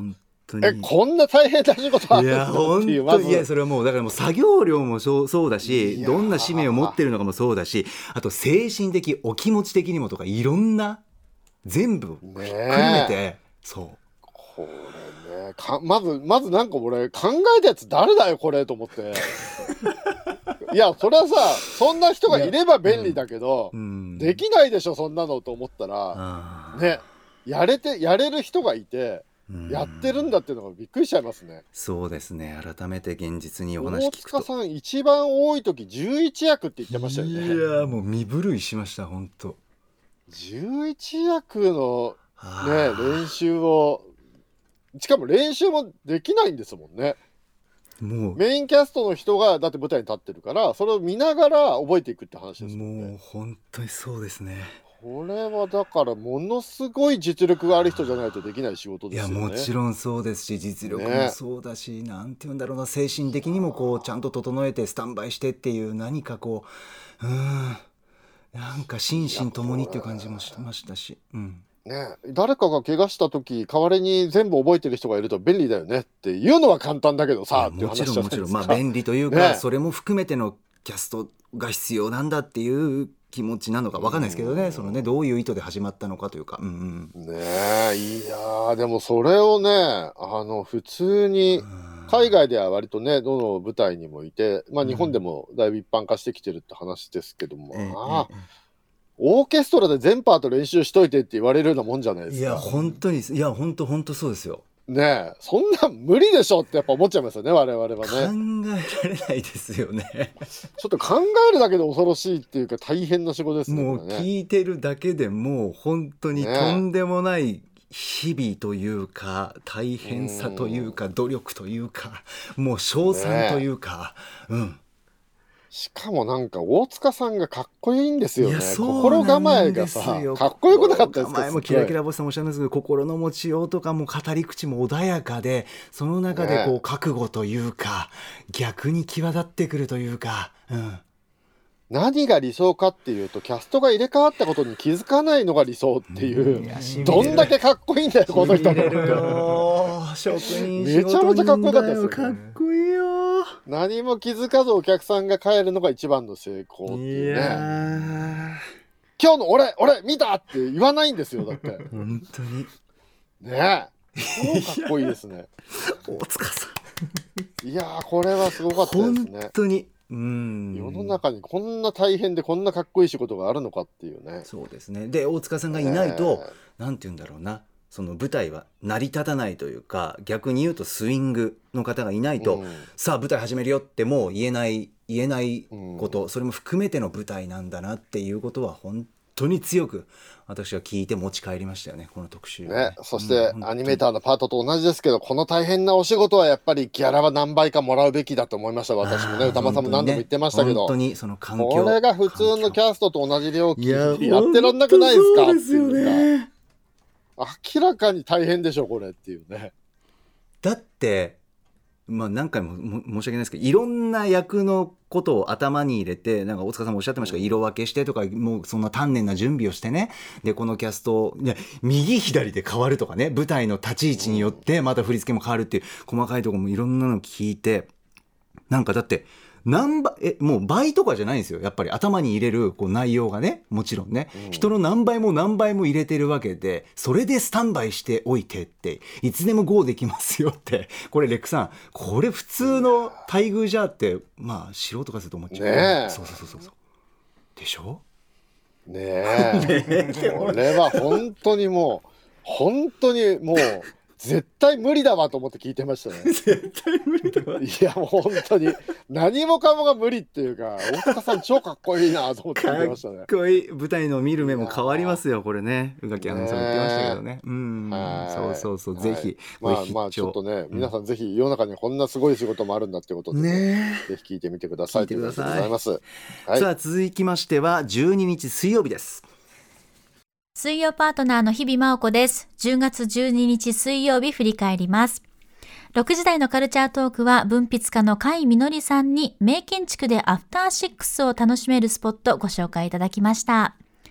S2: 当に
S3: えこんな大変な仕事あるのっていう。まず
S2: いやそれはもうだからもう作業量もそうそうだし、どんな使命を持ってるのかもそうだし、あと精神的お気持ち的にもとかいろんな全部含めて、ね、そう
S3: これねかまずまずなんか俺考えたやつ誰だよこれと思っていやそれはさそんな人がいれば便利だけど、うん、できないでしょそんなのと思ったらね、やれてやれる人がいてやってるんだっていうのがびっくりしちゃいますね。
S2: そうですね、改めて現実にお話聞くと
S3: 大塚さん一番多い時じゅういちやくって言ってましたよね。
S2: いやもう身震いしました本当。
S3: じゅういちやくの、ね、練習をしかも練習もできないんですもんね。もうメインキャストの人がだって舞台に立ってるからそれを見ながら覚えていくって話ですもんね。
S2: もう本当にそうですね。
S3: これはだからものすごい実力がある人じゃないとできない仕事ですよね。
S2: いやもちろんそうですし実力もそうだし、ね、なんて言うんだろうな、精神的にもこうちゃんと整えてスタンバイしてっていう何かこううーんなんか心身ともにっていう感じもしてましたし、うん
S3: ね、誰かが怪我した時代わりに全部覚えてる人がいると便利だよねっていうのは簡単だけどさっていう話じゃないですか。
S2: もちろんもちろん、まあ、便利というか、ね、それも含めてのキャストが必要なんだっていう気持ちなのか分かんないですけどね、そのねどういう意図で始まったのかというか、うんうん、
S3: ねえいやでもそれをねあの普通に海外では割とねどの舞台にもいて、まあ、日本でもだいぶ一般化してきてるって話ですけども、うん、まあ、ええええオーケストラで全パート練習しといてって言われるようなもんじゃないですか。
S2: いや本当にいや本当本当そうですよ
S3: ねえそんな無理でしょってやっぱ思っちゃいますよね我々はね。考
S2: えられないですよね
S3: ちょっと考えるだけで恐ろしいっていうか大変な仕事ですね。
S2: もう聞いてるだけでもう本当にとんでもない日々というか大変さというか努力というかもう称賛というか、ね、うん
S3: しかもなんか大塚さんがかっこいいんですよね。心構えがさかっこよくなかったですか。
S2: 心構えもキラキラボスさんもおっしゃいますけど心の持ちようとかも語り口も穏やかでその中でこう覚悟というか、ね、逆に際立ってくるというか、うん、
S3: 何が理想かっていうとキャストが入れ替わったことに気づかないのが理想っていう、うん、どんだけかっこいいんだよこの人の
S2: 職人
S3: めちゃめちゃかっこよかったですよ、ね、
S2: かっこいいよ。
S3: 何も気づかずお客さんが帰るのが一番の成功っていうね。今日の俺俺見たって言わないんですよだって
S2: 本当に
S3: ねえ超かっこいいですね
S2: 大塚さ
S3: んいやーこれはすごかったですね
S2: 本当に。うん
S3: 世の中にこんな大変でこんなかっこいい仕事があるのかっていうね。
S2: そうですね。で大塚さんがいないと、えー、なんて言うんだろうなその舞台は成り立たないというか逆に言うとスイングの方がいないと、うん、さあ舞台始めるよってもう言えない言えないこと、うん、それも含めての舞台なんだなっていうことは本当に強く私は聞いて持ち帰りましたよねこの特集、ね
S3: ね、そして、うん、アニメーターのパートと同じですけどこの大変なお仕事はやっぱりギャラは何倍かもらうべきだと思いました。私もね歌間さんも何度も言ってましたけど、
S2: 本当にその環境
S3: これが普通のキャストと同じ料金やってらんなくないですか。そうですよね。明らかに大変でしょこれっていうね。
S2: だってまあ何回も申し訳ないですけどいろんな役のことを頭に入れてなんか大塚さんもおっしゃってましたが、うん、色分けしてとかもうそんな丹念な準備をしてねでこのキャストいや右左で変わるとかね舞台の立ち位置によってまた振り付けも変わるっていう細かいところもいろんなの聞いてなんかだって何倍えもう倍とかじゃないんですよやっぱり頭に入れるこう内容がねもちろんね、うん、人の何倍も何倍も入れてるわけでそれでスタンバイしておいてっていつでも ゴー できますよってこれレックさんこれ普通の待遇じゃってまあ素人がすると思っちゃう
S3: ねえ
S2: そうそうそうそうでしょ
S3: ねえこれは本当にもう本当にもう絶対無理だわと思って聞いてましたね
S2: 絶対無理だわ
S3: いやもう本当に何もかもが無理っていうか大塚さん超かっこいいなと思って聞いてましたね。
S2: かっこいい舞台の見る目も変わりますよこれね宇垣アナウンサー言ってましたけどねうんそうそうそうぜひ
S3: まあまあちょっとね皆さんぜひ世の中にこんなすごい仕事もあるんだってことで、ね、ぜひ聞いてみてください。
S2: 聞いてください。
S3: ということでございます、
S2: はい、さあ続きましてはじゅうににち水曜日です。
S6: 水曜パートナーの日々真央子です。じゅうがつじゅうににち水曜日振り返ります。ろくじ台のカルチャートークは文筆家の甲斐みのりさんに名建築でアフターシックスを楽しめるスポットご紹介いただきました。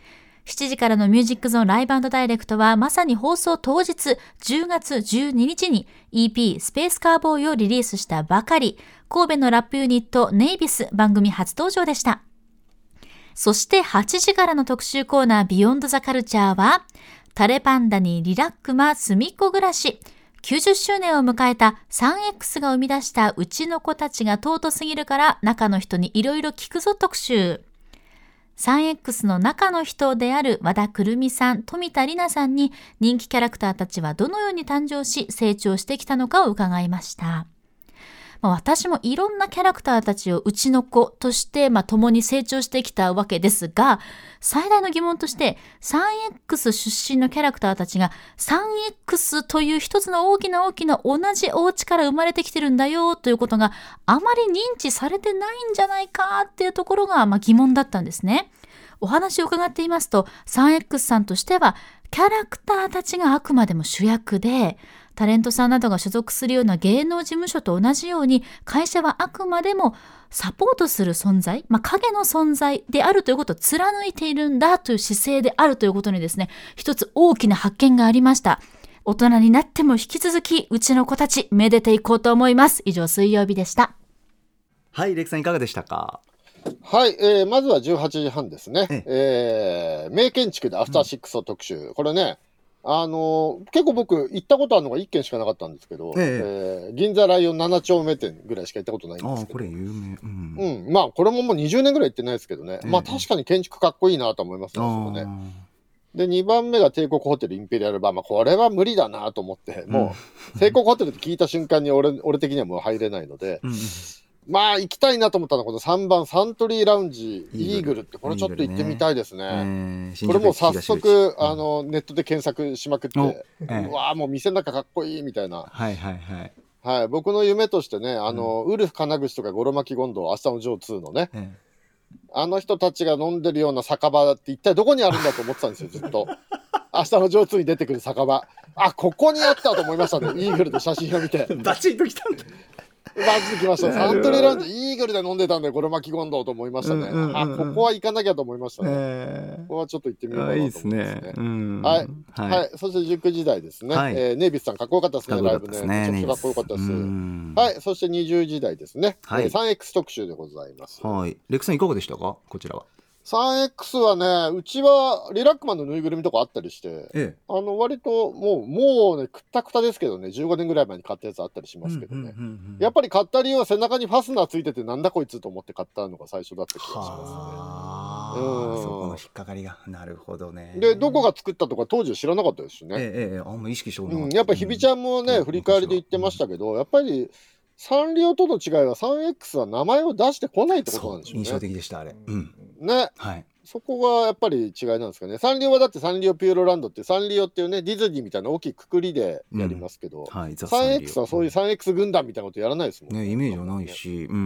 S6: しちじからのミュージックゾーンライブ&ダイレクトはまさに放送当日じゅうがつじゅうににちに イーピー スペースカーボーイをリリースしたばかり、神戸のラップユニットネイビス番組初登場でした。そしてはちじからの特集コーナービヨンドザカルチャーはタレパンダにリラックマすみっこ暮らし、きゅうじゅっしゅうねんを迎えた スリーエックス が生み出したうちの子たちが尊すぎるから中の人にいろいろ聞くぞ特集。スリーエックス の中の人である和田くるみさん、富田里奈さんに人気キャラクターたちはどのように誕生し成長してきたのかを伺いました。まあ、私もいろんなキャラクターたちをうちの子として、まあ、共に成長してきたわけですが、最大の疑問として スリーエックス 出身のキャラクターたちが スリーエックス という一つの大きな大きな同じお家から生まれてきてるんだよということがあまり認知されてないんじゃないかっていうところが、まあ、疑問だったんですね。お話を伺っていますと スリーエックス さんとしてはキャラクターたちがあくまでも主役で、タレントさんなどが所属するような芸能事務所と同じように会社はあくまでもサポートする存在、まあ、影の存在であるということを貫いているんだという姿勢であるということにですね、一つ大きな発見がありました。大人になっても引き続きうちの子たちめでていこうと思います。以上水曜日でした。
S2: はい、レクさんいかがでしたか？
S3: はい、えー、まずはじゅうはちじはんですね、えええー、名建築でアフターシックスを特集、うん、これね、あのー、結構僕行ったことあるのがいっけんしかなかったんですけど、えええー、銀座ライオンなな丁目店ぐらいしか行ったことないんですけど、
S2: あこれ有名、うん
S3: うん、まあこれももうにじゅうねんぐらい行ってないですけどね、えー、まあ確かに建築かっこいいなと思いますね、そこね。でにばんめが帝国ホテルインペリアルバーマ、これは無理だなと思って、もう帝国ホテルって聞いた瞬間に 俺, 俺的にはもう入れないので、うん、まあ行きたいなと思ったのはこのさんばんサントリーラウンジイーグルって、これちょっと行ってみたいですね。えー、これもう早速あのネットで検索しまくって、えー、うわもう店の中かっこいいみたいな。
S2: はいはいはい
S3: はい、僕の夢としてね、あの、うん、ウルフ金口とかゴロマキゴンドウ、明日のジョーツーのね、えー、あの人たちが飲んでるような酒場って一体どこにあるんだと思ってたんですよ、ずっと。明日のジョーツーに出てくる酒場、あ、ここにあったと思いましたね、イーグルで写真を見て。
S2: バチッときたんだ。
S3: マジで来ました。サントリーラウンジイーグルで飲んでたんで、これ巻き込んだと思いましたね。うんうんうん、あ、ここは行かなきゃと思いましたね。えー、ここはちょっと行ってみようかなと思いますね。いいですね。うん、はい、はい、はい。そしてじゅうくじ台ですね。はい、えー、ネイビスさんかっこよかったですね、ライブね。めちゃくちゃかっこよかったです。はい、そしてにじゅうじ台ですね。はい、えー、スリーエックス 特集でございます。
S2: はい。レクさんいかがでしたか、こちらは。
S3: スリーエックス はね、うちはリラックマンのぬいぐるみとかあったりして、ええ、あの割ともう、もうね、くったくたですけどね、じゅうごねんぐらい前に買ったやつあったりしますけどね、うんうんうんうん、やっぱり買った理由は背中にファスナーついてて、なんだこいつと思って買ったのが最初だった気がしますね。
S2: うん、そこの引っかかりが、なるほどね。
S3: で、どこが作ったとか当時は知らなかったですしね。
S2: ええ、あんま意識しような、
S3: うん、やっぱひびちゃんもね、うん、振り返りで言ってましたけど、やっぱりサンリオとの違いは スリーエックス は名前を出してこないってことなんでしょうね。
S2: 印象的でした、あれ。うん、
S3: ね。はい。そこがやっぱり違いなんですかね。サンリオはだってサンリオピューロランドってサンリオっていうね、ディズニーみたいな大きいくくりでやりますけど、うんはい、スリーエックス はそういう スリーエックス 軍団みたいなことやらないですもんね。
S2: ね、イメージはないし、うん、うん、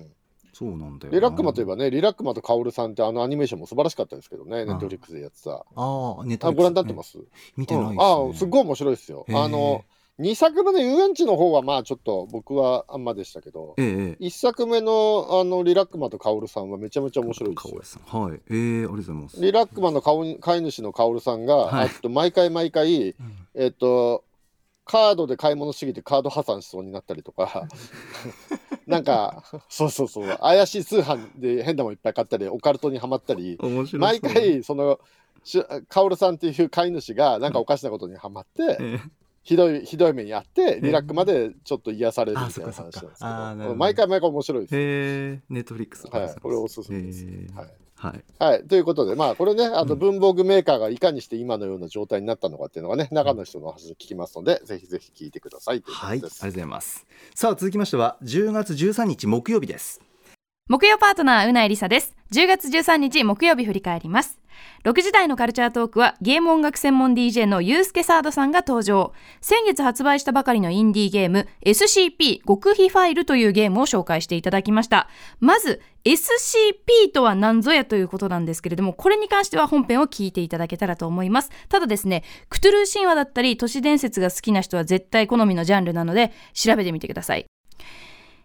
S2: そうなんだよ。
S3: リラックマといえばね、リラックマとカオルさんってあのアニメーションも素晴らしかったですけどね、ネットフリックスでやってた。ああ、ネットフリックス、ね、ご覧になってます？
S2: 見てないですね。
S3: うん、あ、すっごい面白いですよ。あのにさくめの遊園地の方はまあちょっと僕はあんまでしたけど、ええ、いっさくめ の, あのリラックマとカオルさんはめちゃめちゃ面白いですよ。
S2: さん、はい、えー、ありがとうございます。
S3: リラックマの飼い主のカオルさんが、はい、と毎回毎回、うん、えっとカードで買い物しすぎてカード破産しそうになったりとかなんかそうそうそう怪しい通販で変なもんいっぱい買ったりオカルトにはまったり毎回そのカオルさんっていう飼い主がなんかおかしなことにはまって、うんえーひどいひどい目にあってリラックまでちょっと癒されるみたいな話なんですけど、毎回毎回面白いです。
S2: へえ、ネットフリックス、
S3: はい、これおすすめです。はい、
S2: はい
S3: はい、ということでまあこれねあの文房具メーカーがいかにして今のような状態になったのかっていうのがね、中の人の話を聞きますので、うん、ぜひぜひ聞いてくださいということです。
S2: はい、ありがとうございます。さあ続きましてはじゅうがつじゅうさんにち木曜日です。
S5: 木曜パートナーうないりさです。じゅうがつじゅうさんにち木曜日振り返ります。ろくじ台のカルチャートークはゲーム音楽専門 ディージェー のユースケサードさんが登場。先月発売したばかりのインディーゲーム エスシーピー 極秘ファイルというゲームを紹介していただきました。まず エスシーピー とは何ぞやということなんですけれども、これに関しては本編を聞いていただけたらと思います。ただですね、クトゥルー神話だったり都市伝説が好きな人は絶対好みのジャンルなので調べてみてください。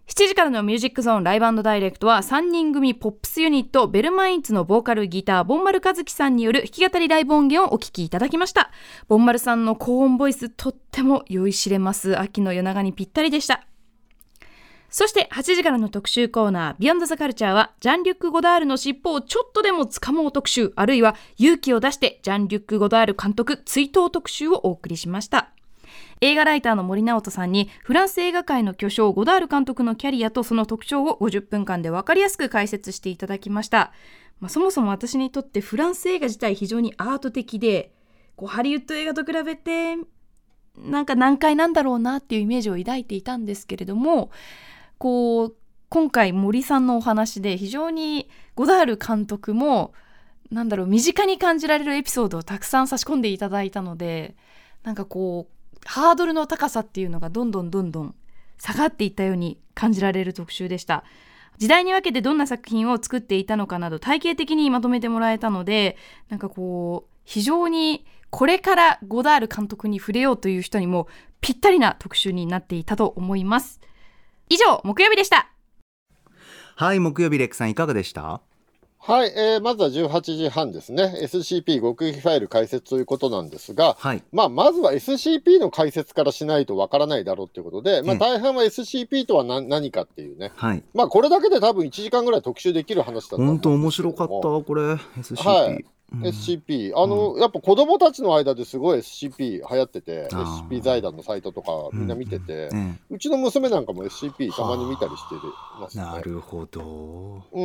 S7: しちじからのミュージックゾーンライブ&ダイレクトはさんにん組ポップスユニットベルマインツのボーカルギターボンマルカズキさんによる弾き語りライブ音源をお聴きいただきました。ボンマルさんの高音ボイスとっても酔いしれます秋の夜長にぴったりでした。そしてはちじからの特集コーナービヨンドザカルチャーはジャンリュック・ゴダールの尻尾をちょっとでも掴もう特集、あるいは勇気を出してジャンリュック・ゴダール監督追悼特集をお送りしました。映画ライターの森直人さんにフランス映画界の巨匠ゴダール監督のキャリアとその特徴をごじゅっぷんかんで分かりやすく解説していただきました。まあ、そもそも私にとってフランス映画自体非常にアート的で、こうハリウッド映画と比べてなんか難解なんだろうなっていうイメージを抱いていたんですけれども、こう今回森さんのお話で非常にゴダール監督もなんだろう身近に感じられるエピソードをたくさん差し込んでいただいたので、なんかこうハードルの高さっていうのがどんどんどんどん下がっていったように感じられる特集でした。時代に分けてどんな作品を作っていたのかなど体系的にまとめてもらえたので、なんかこう非常にこれからゴダール監督に触れようという人にもぴったりな特集になっていたと思います。以上木曜日でした。
S2: はい、木曜日レックさんいかがでした？
S3: はい、えー、まずはじゅうはちじはんですね。 エスシーピー 極秘ファイル解説ということなんですが、はい、まあ、まずは エスシーピー の解説からしないとわからないだろうということで、まあ、大半は エスシーピー とは何、何かっていうね、はい、まあ、これだけで多分いちじかんぐらい特集できる話だったんですけども。本当面白かったこれ エスシーピー、はい、うん、エスシーピー、あの、うん、やっぱ子供たちの間ですごい エスシーピー 流行ってて、 エスシーピー 財団のサイトとかみんな見てて、うんうん、うちの娘なんかも エスシーピー たまに見たりしてますね。なるほど。うん、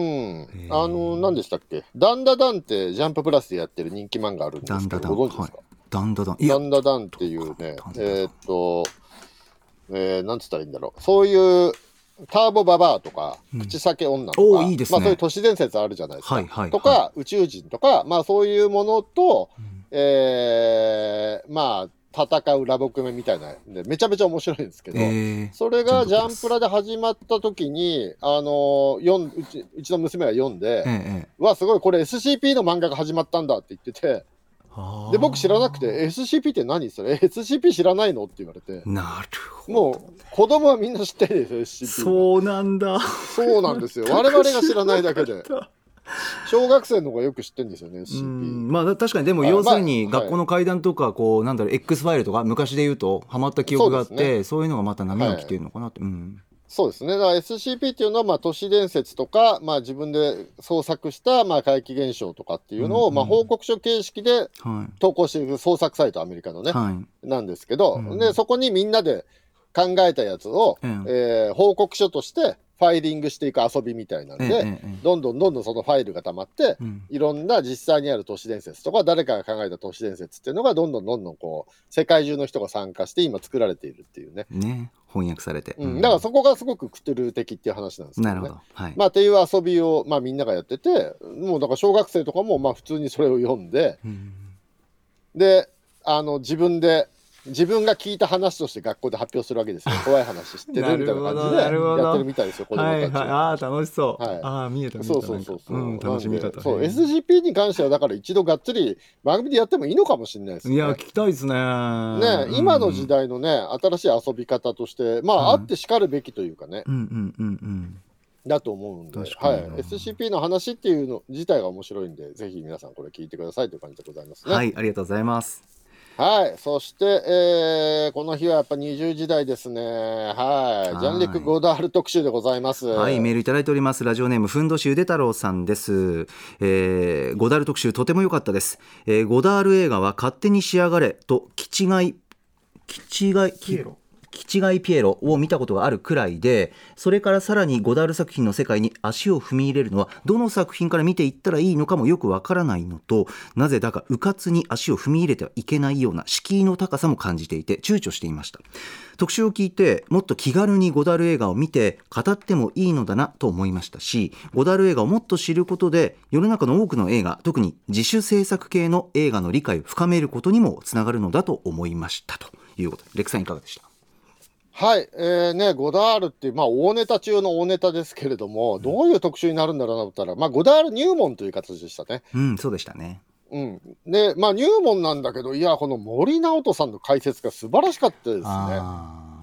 S3: あの何でしたっけ、ダンダダンってジャンププラスでやってる人気漫画あるんですけど、ご存知ですか？ダンダダン、ダンダダンっていうね、えー、っと、えー、なんつったらいいんだろう、そういうターボババアとか、うん、口裂け女とか、いいですね、まあ、そういう都市伝説あるじゃないですか、はいはいはい、とか宇宙人とか、まあ、そういうものと、うん、えー、まあ戦うラブコメみたいなでめちゃめちゃ面白いんですけど、えー、それがジャンプラで始まった時にあの読ん う, ちうちの娘が読んで、えー、わすごいこれ エスシーピー の漫画が始まったんだって言ってて、で僕知らなくて エスシーピー って何それ エスシーピー 知らないのって言われて、なるほど、もう子供はみんな知ってるんですよ エスシーピー。 そうなんだ、そうなんですよ我々が知らないだけで小学生の方がよく知ってるんですよね エスシーピー。 うんまあ確かにでも要するに学校の怪談とかこうなんだろう X ファイルとか昔で言うとハマった記憶があって そうですね、そういうのがまた波が来てるのかなって、はい、うん、そうですね。だから エスシーピー っていうのはまあ都市伝説とか、まあ、自分で創作したまあ怪奇現象とかっていうのを、うんうん、まあ報告書形式で投稿している創作サイト、アメリカのね、はい、なんですけど、うん、でそこにみんなで考えたやつを、うん、えー、報告書としてファイリングしていく遊びみたいなんで、うんうんうん、どんどんどんどんそのファイルが溜まって、うん、いろんな実際にある都市伝説とか誰かが考えた都市伝説っていうのがどんどんどんどんこう世界中の人が参加して今作られているっていうね。ね、翻訳されて、うん、だからそこがすごくクトゥルー的っていう話なんですけどね。なるほど、はい、まあっていう遊びを、まあ、みんながやってて、もうだから小学生とかもまあ普通にそれを読んで、うん、であの自分で自分が聞いた話として学校で発表するわけですよ。怖い話知ってるみたいな感じでやってるみたいですよ、子供たち。はいはい、ああ楽しそう。はい、ああ見えた見えた。そうそうそうそう、うん、楽しみ方。そう エスジーピー に関してはだから一度がっつり番組でやってもいいのかもしれないですね。いや聞きたいですね。ね、うん、今の時代のね新しい遊び方としてまあ、うん、あってしかるべきというかね。うんうんうんうん。だと思うんで、はい、エスシーピー の話っていうの自体が面白いんで、ぜひ皆さんこれ聞いてくださいという感じでございますね。はい、ありがとうございます。はい、そして、えー、この日はやっぱにじゅうじ台ですね。はい、ジャンリック・ゴダール特集でございます。はい、メールいただいております。ラジオネームふんどしゆで太郎さんです。えー、ゴダール特集とても良かったです。えー、ゴダール映画は勝手に仕上がれとキ違いキ違いピエロキ違いピエロを見たことがあるくらいで、それからさらにゴダール作品の世界に足を踏み入れるのはどの作品から見ていったらいいのかもよくわからないのと、なぜだかうかつに足を踏み入れてはいけないような敷居の高さも感じていて躊躇していました。特集を聞いてもっと気軽にゴダール映画を見て語ってもいいのだなと思いましたし、ゴダール映画をもっと知ることで世の中の多くの映画、特に自主制作系の映画の理解を深めることにもつながるのだと思いましたということで、レクさんいかがでした？はい、えーね、ゴダールって、まあ、大ネタ中の大ネタですけれども、うん、どういう特集になるんだろうなと思ったら、まあ、ゴダール入門という形でしたね。うん、そうでしたね。うん、で、まあ、入門なんだけど、いや、この森直人さんの解説が素晴らしかったですね。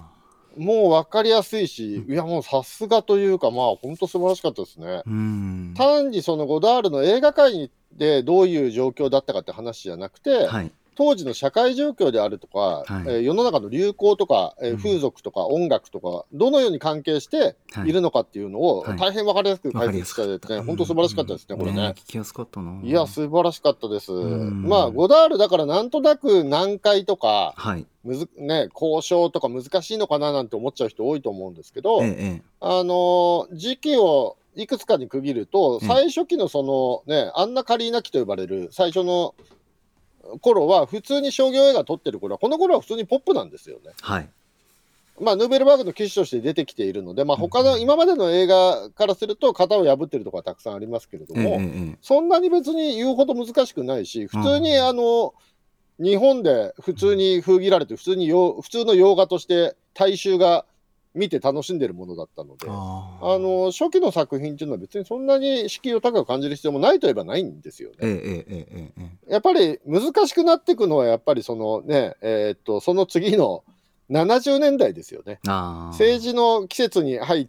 S3: もう分かりやすいし、いやもうさすがというか、まあ本当素晴らしかったですね。うん単にそのゴダールの映画界でどういう状況だったかって話じゃなくて、はい、当時の社会状況であるとか、はいえー、世の中の流行とか、えー、風俗とか音楽とかどのように関係しているのかっていうのを大変分かりやすく解説してて、ねはい、本当素晴らしかったですね、これね。
S2: 聞きやすかったな。
S3: いや素晴らしかったです。まあゴダールだからなんとなく難解とか、はいむずね、交渉とか難しいのかななんて思っちゃう人多いと思うんですけど、ええ、あの時期をいくつかに区切ると最初期のそのねアンナ・カリーナ期と呼ばれる最初の頃は普通に商業映画撮ってる頃はこの頃は普通にポップなんですよね。はいまあ、ヌーベルバーグの騎士として出てきているので、まあ、他の今までの映画からすると型を破ってるところはたくさんありますけれども、ええ、そんなに別に言うほど難しくないし普通にあの日本で普通に封切られて普通に普通の洋画として大衆が見て楽しんでるものだったので、ああの初期の作品っていうのは別にそんなに敷居を高く感じる必要もないといえばないんですよね。えええええ、やっぱり難しくなっていくのはやっぱりそのねえー、っとその次のななじゅうねんだいですよね。政治の季節に入って、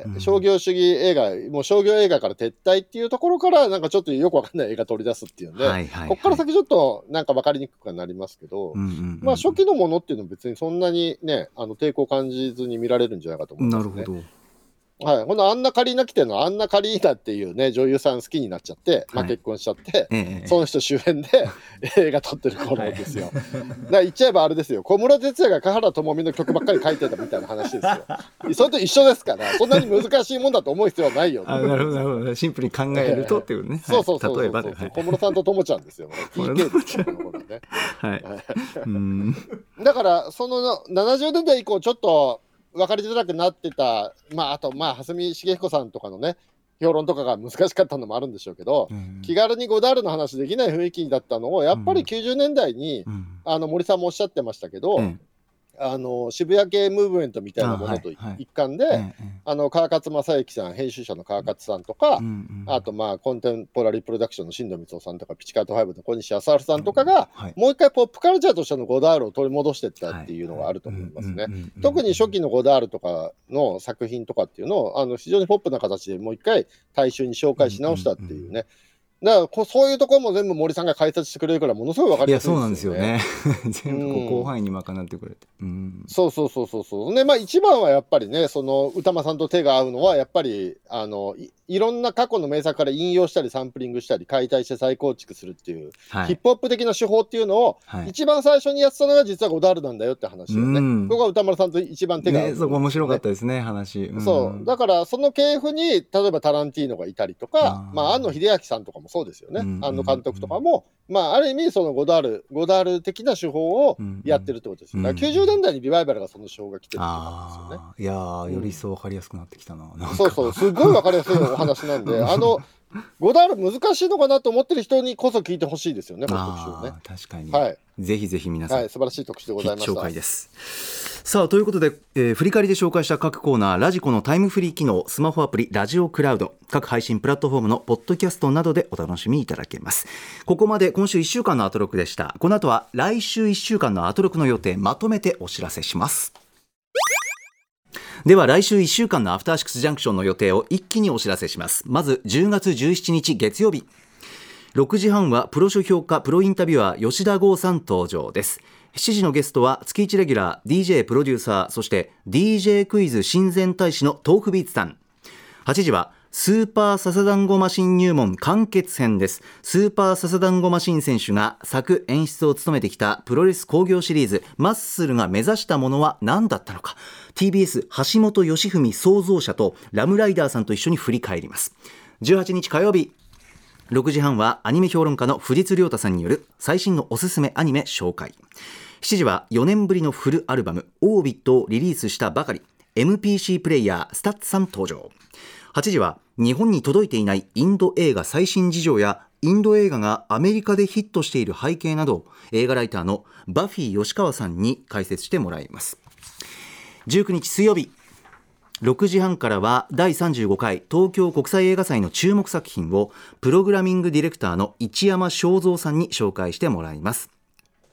S3: うん、商業主義映画もう商業映画から撤退っていうところからなんかちょっとよくわかんない映画取り出すっていうんで、はいはいはい、ここから先ちょっとなんか分かりにくくなりますけど、うんうんうん、まあ初期のものっていうのは別にそんなにねあの抵抗を感じずに見られるんじゃないかと思いますね。なるほど。はい、このアンナ・カリーナ来てのアンナ・カリーナっていうね女優さん好きになっちゃって、まあ、結婚しちゃって、はい、その人主演で映画撮ってる頃ですよ。だから言っちゃえばあれですよ、小室哲哉が華原朋美の曲ばっかり書いてたみたいな話ですよ。それと一緒ですから、そんなに難しいもんだと思う必要はないよ、ね、あなるほどなるほど、シンプルに考えるとっていうね、そうそうそうそう、例えばで、はい、小室さんと友ちゃんですよ、ティーケー ですよこの頃ね、はい、うんだからそのななじゅうねんだい以降ちょっと分かりづらくなってた、まあ、あとまあ蓮見茂彦さんとかのね評論とかが難しかったのもあるんでしょうけど、うん、気軽にゴダールの話できない雰囲気だったのをやっぱりきゅうじゅうねんだいに、うん、あの森さんもおっしゃってましたけど、うん、あの渋谷系ムーブメントみたいなものと一環で、はいはい、あの川勝正幸さん編集者の川勝さんとか、うんうん、あとまあコンテンポラリープロダクションの新藤光雄さんとかピチカートファイブの小西康晴さんとかが、うんはい、もう一回ポップカルチャーとしてのゴダールを取り戻していったっていうのがあると思いますね。特に初期のゴダールとかの作品とかっていうのをあの非常にポップな形でもう一回大衆に紹介し直したっていうね、だからこそういうところも全部森さんが解説してくれるからものすごい分かりやすいですよね。いやそうなんですよね全部こう広範囲に賄ってくれて、うん、そうそうそうそうそうで、まあ一番はやっぱりねその歌間さんと手が合うのはやっぱりあの い, いろんな過去の名作から引用したりサンプリングしたり解体して再構築するっていう、はい、ヒップホップ的な手法っていうのを、はい、一番最初にやってたのが実はゴダールなんだよって話をね、うん、ここが歌丸さんと一番手が合う、ねね、そこ面白かったですね話、うん、そうだからその系譜に例えばタランティーノがいたりとかあ、まあ、庵野秀明さんとかもそうですよね、うん、庵野監督とかも、まあ、ある意味そのゴダールゴダール的な手法をやってるってことですよ、だからきゅうじゅうねんだいにリバイバルがその手法が来てるってことですよね。いやーより一層分かりやすくなってきたな、なんかそうそうすごい分かりやすいお話なんであのゴダール難しいのかなと思ってる人にこそ聞いてほしいですよね、この特集をね。確かに、はい、ぜひぜひ皆さん、はい、素晴らしい特集でございました。紹介です。さあということで、えー、振り返りで紹介した各コーナーラジコのタイムフリー機能スマホアプリラジオクラウド各配信プラットフォームのポッドキャストなどでお楽しみいただけます。ここまで今週いっしゅうかんのアトロクでした。この後は来週いっしゅうかんのアトロクの予定まとめてお知らせします。では来週いっしゅうかんのアフターシックスジャンクションの予定を一気にお知らせします。まずじゅうがつじゅうしちにち月曜日ろくじはんはプロ書評家プロインタビュアー吉田剛さん登場です。しちじのゲストは月いちレギュラー ディージェー プロデューサーそして ディージェー クイズ親善大使のトークビーツさん。はちじはスーパーササダンゴマシン入門完結編です。スーパーササダンゴマシン選手が作演出を務めてきたプロレス興行シリーズマッスルが目指したものは何だったのか ティービーエス 橋本義文創造者とラムライダーさんと一緒に振り返ります。じゅうはちにち火曜日ろくじはんはアニメ評論家の藤津亮太さんによる最新のおすすめアニメ紹介。しちじはよねんぶりのフルアルバムオービットをリリースしたばかり エムピーシー プレイヤースタッツさん登場。はちじは日本に届いていないインド映画最新事情やインド映画がアメリカでヒットしている背景など映画ライターのバフィー吉川さんに解説してもらいます。じゅうくにち水曜日ろくじはんからはだいさんじゅうごかい東京国際映画祭の注目作品をプログラミングディレクターの市山正蔵さんに紹介してもらいます。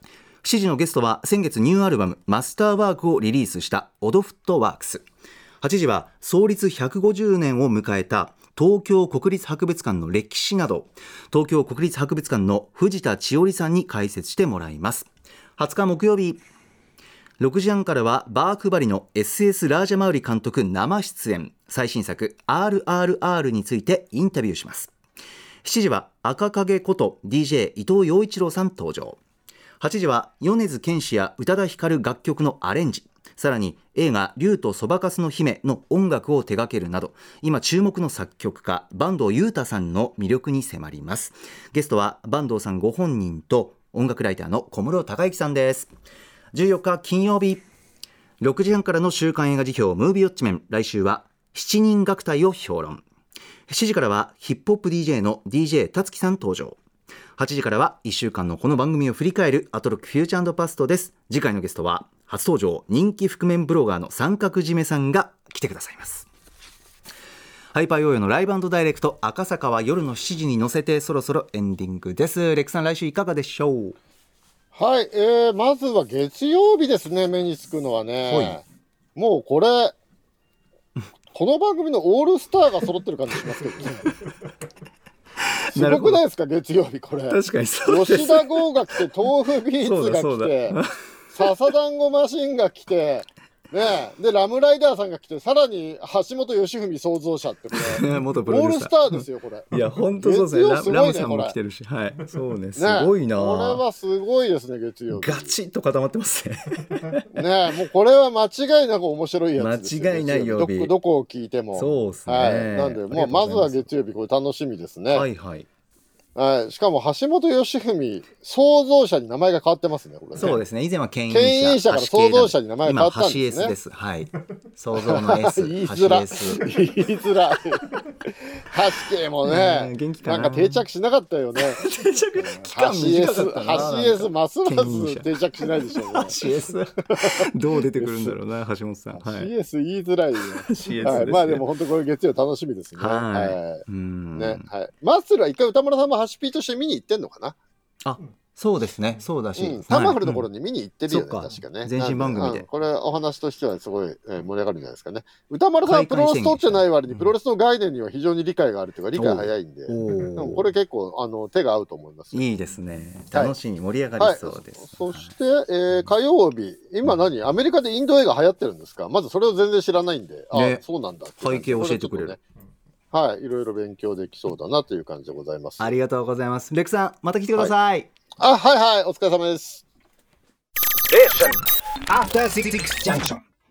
S2: しちじのゲストは先月ニューアルバムマスターワークをリリースしたオドフットワークス。はちじは創立ひゃくごじゅうねんを迎えた東京国立博物館の歴史など、東京国立博物館の藤田千織さんに解説してもらいます。はつか木曜日ろくじはんからはバークバリの エスエス ラージャマウリ監督生出演、最新作 アールアールアール についてインタビューします。しちじは赤影こと ディージェー 伊藤洋一郎さん登場。はちじは米津玄師や宇多田ヒカル楽曲のアレンジ、さらに映画竜とそばかすの姫の音楽を手掛けるなど、今注目の作曲家坂東裕太さんの魅力に迫ります。ゲストは坂東さんご本人と音楽ライターの小室孝之さんです。じゅうよっか金曜日ろくじはんからの週刊映画辞表ムービーウォッチメン、来週はしちにん楽隊を評論。しちじからはヒップホップ ディージェー の ディージェー たつきさん登場。はちじからはいっしゅうかんのこの番組を振り返るアトロックフューチャー&パストです。次回のゲストは初登場、人気覆面ブロガーの三角締めさんが来てくださいます。ハイパーヨーヨーのライブダイレクト、赤坂は夜のしちじに乗せてそろそろエンディングです。レックさん、来週いかがでしょう？
S3: はい、えー、まずは月曜日ですね、目につくのはね。もうこれこの番組のオールスターが揃ってる感じしますけどねすごくないですか、月曜日これ。
S2: 確かにそうです。
S3: 吉田剛が来て、豆腐ビーツが来て、笹団子マシンが来て、ね、でラムライダーさんが来て、さらに橋本良文創造者ってこれ
S2: 元プロデューサー
S3: オールスターですよこれ。
S2: いや本当そうですね。
S3: 月曜すごいね、
S2: ラムさんも来てるし、はい、そうね、すごいな、
S3: ね、これはすごいですね、月曜日
S2: ガチッと固まってますね
S3: ね、もうこれは間違いなく面白いやつですよ。
S2: 間違いない曜日、
S3: ど, どこを聞いても。
S2: そうですね、
S3: はい、なんでもうまずは月曜日これ楽しみですね。
S2: はいはい、
S3: はい、しかも橋本良文創造者に名前が変わってますね、これね。
S2: そうですね、以前は牽引者、
S3: 牽引者から創造者に名前が変わったんですね。
S2: 今橋 エス です。はい、創造の S
S3: 言いづら
S2: 橋 S
S3: 言いづらい橋系もね、
S2: 元気かな、
S3: なんか定着しなかったよね
S2: 定着期間短かったな。
S3: 橋 S ますます定着しないでしょうね
S2: 橋 エス どう出てくるんだろうな橋本さん。
S3: 橋 S 言いづらいよ
S2: 橋 エス ですね、
S3: はい、まあでも本当これ月曜楽しみですね。
S2: はい、
S3: はい、
S2: うん
S3: ね、はい、マッスルは一回歌丸さんもハシピーとして見に行ってんのかな。
S2: あ、そうですね、そうだし、
S3: うん、タマフルの頃に見に行ってるよね、
S2: うん、
S3: 確かね。
S2: 前身番組で、
S3: うん、これお話としてはすごい、えー、盛り上がるんじゃないですかね。歌丸さんはプロレス取ってない割にプロレスの概念には非常に理解があるというか、理解早いんで、でもこれ結構あの手が合うと思います。
S2: いいですね、楽しみ、盛り上がりそうです。
S3: はいはい、そして、えー、火曜日、今何、アメリカでインド映画流行ってるんですか。まずそれを全然知らないんで、
S2: ね、
S3: あ、そうなんだって
S2: 背景を教えてくれる、
S3: はい、いろいろ勉強できそうだなという感じでございます。
S2: ありがとうございます。レクさん、また来てください。はい、
S3: あ、はいはい、お疲れ様です。
S8: After Six Junction.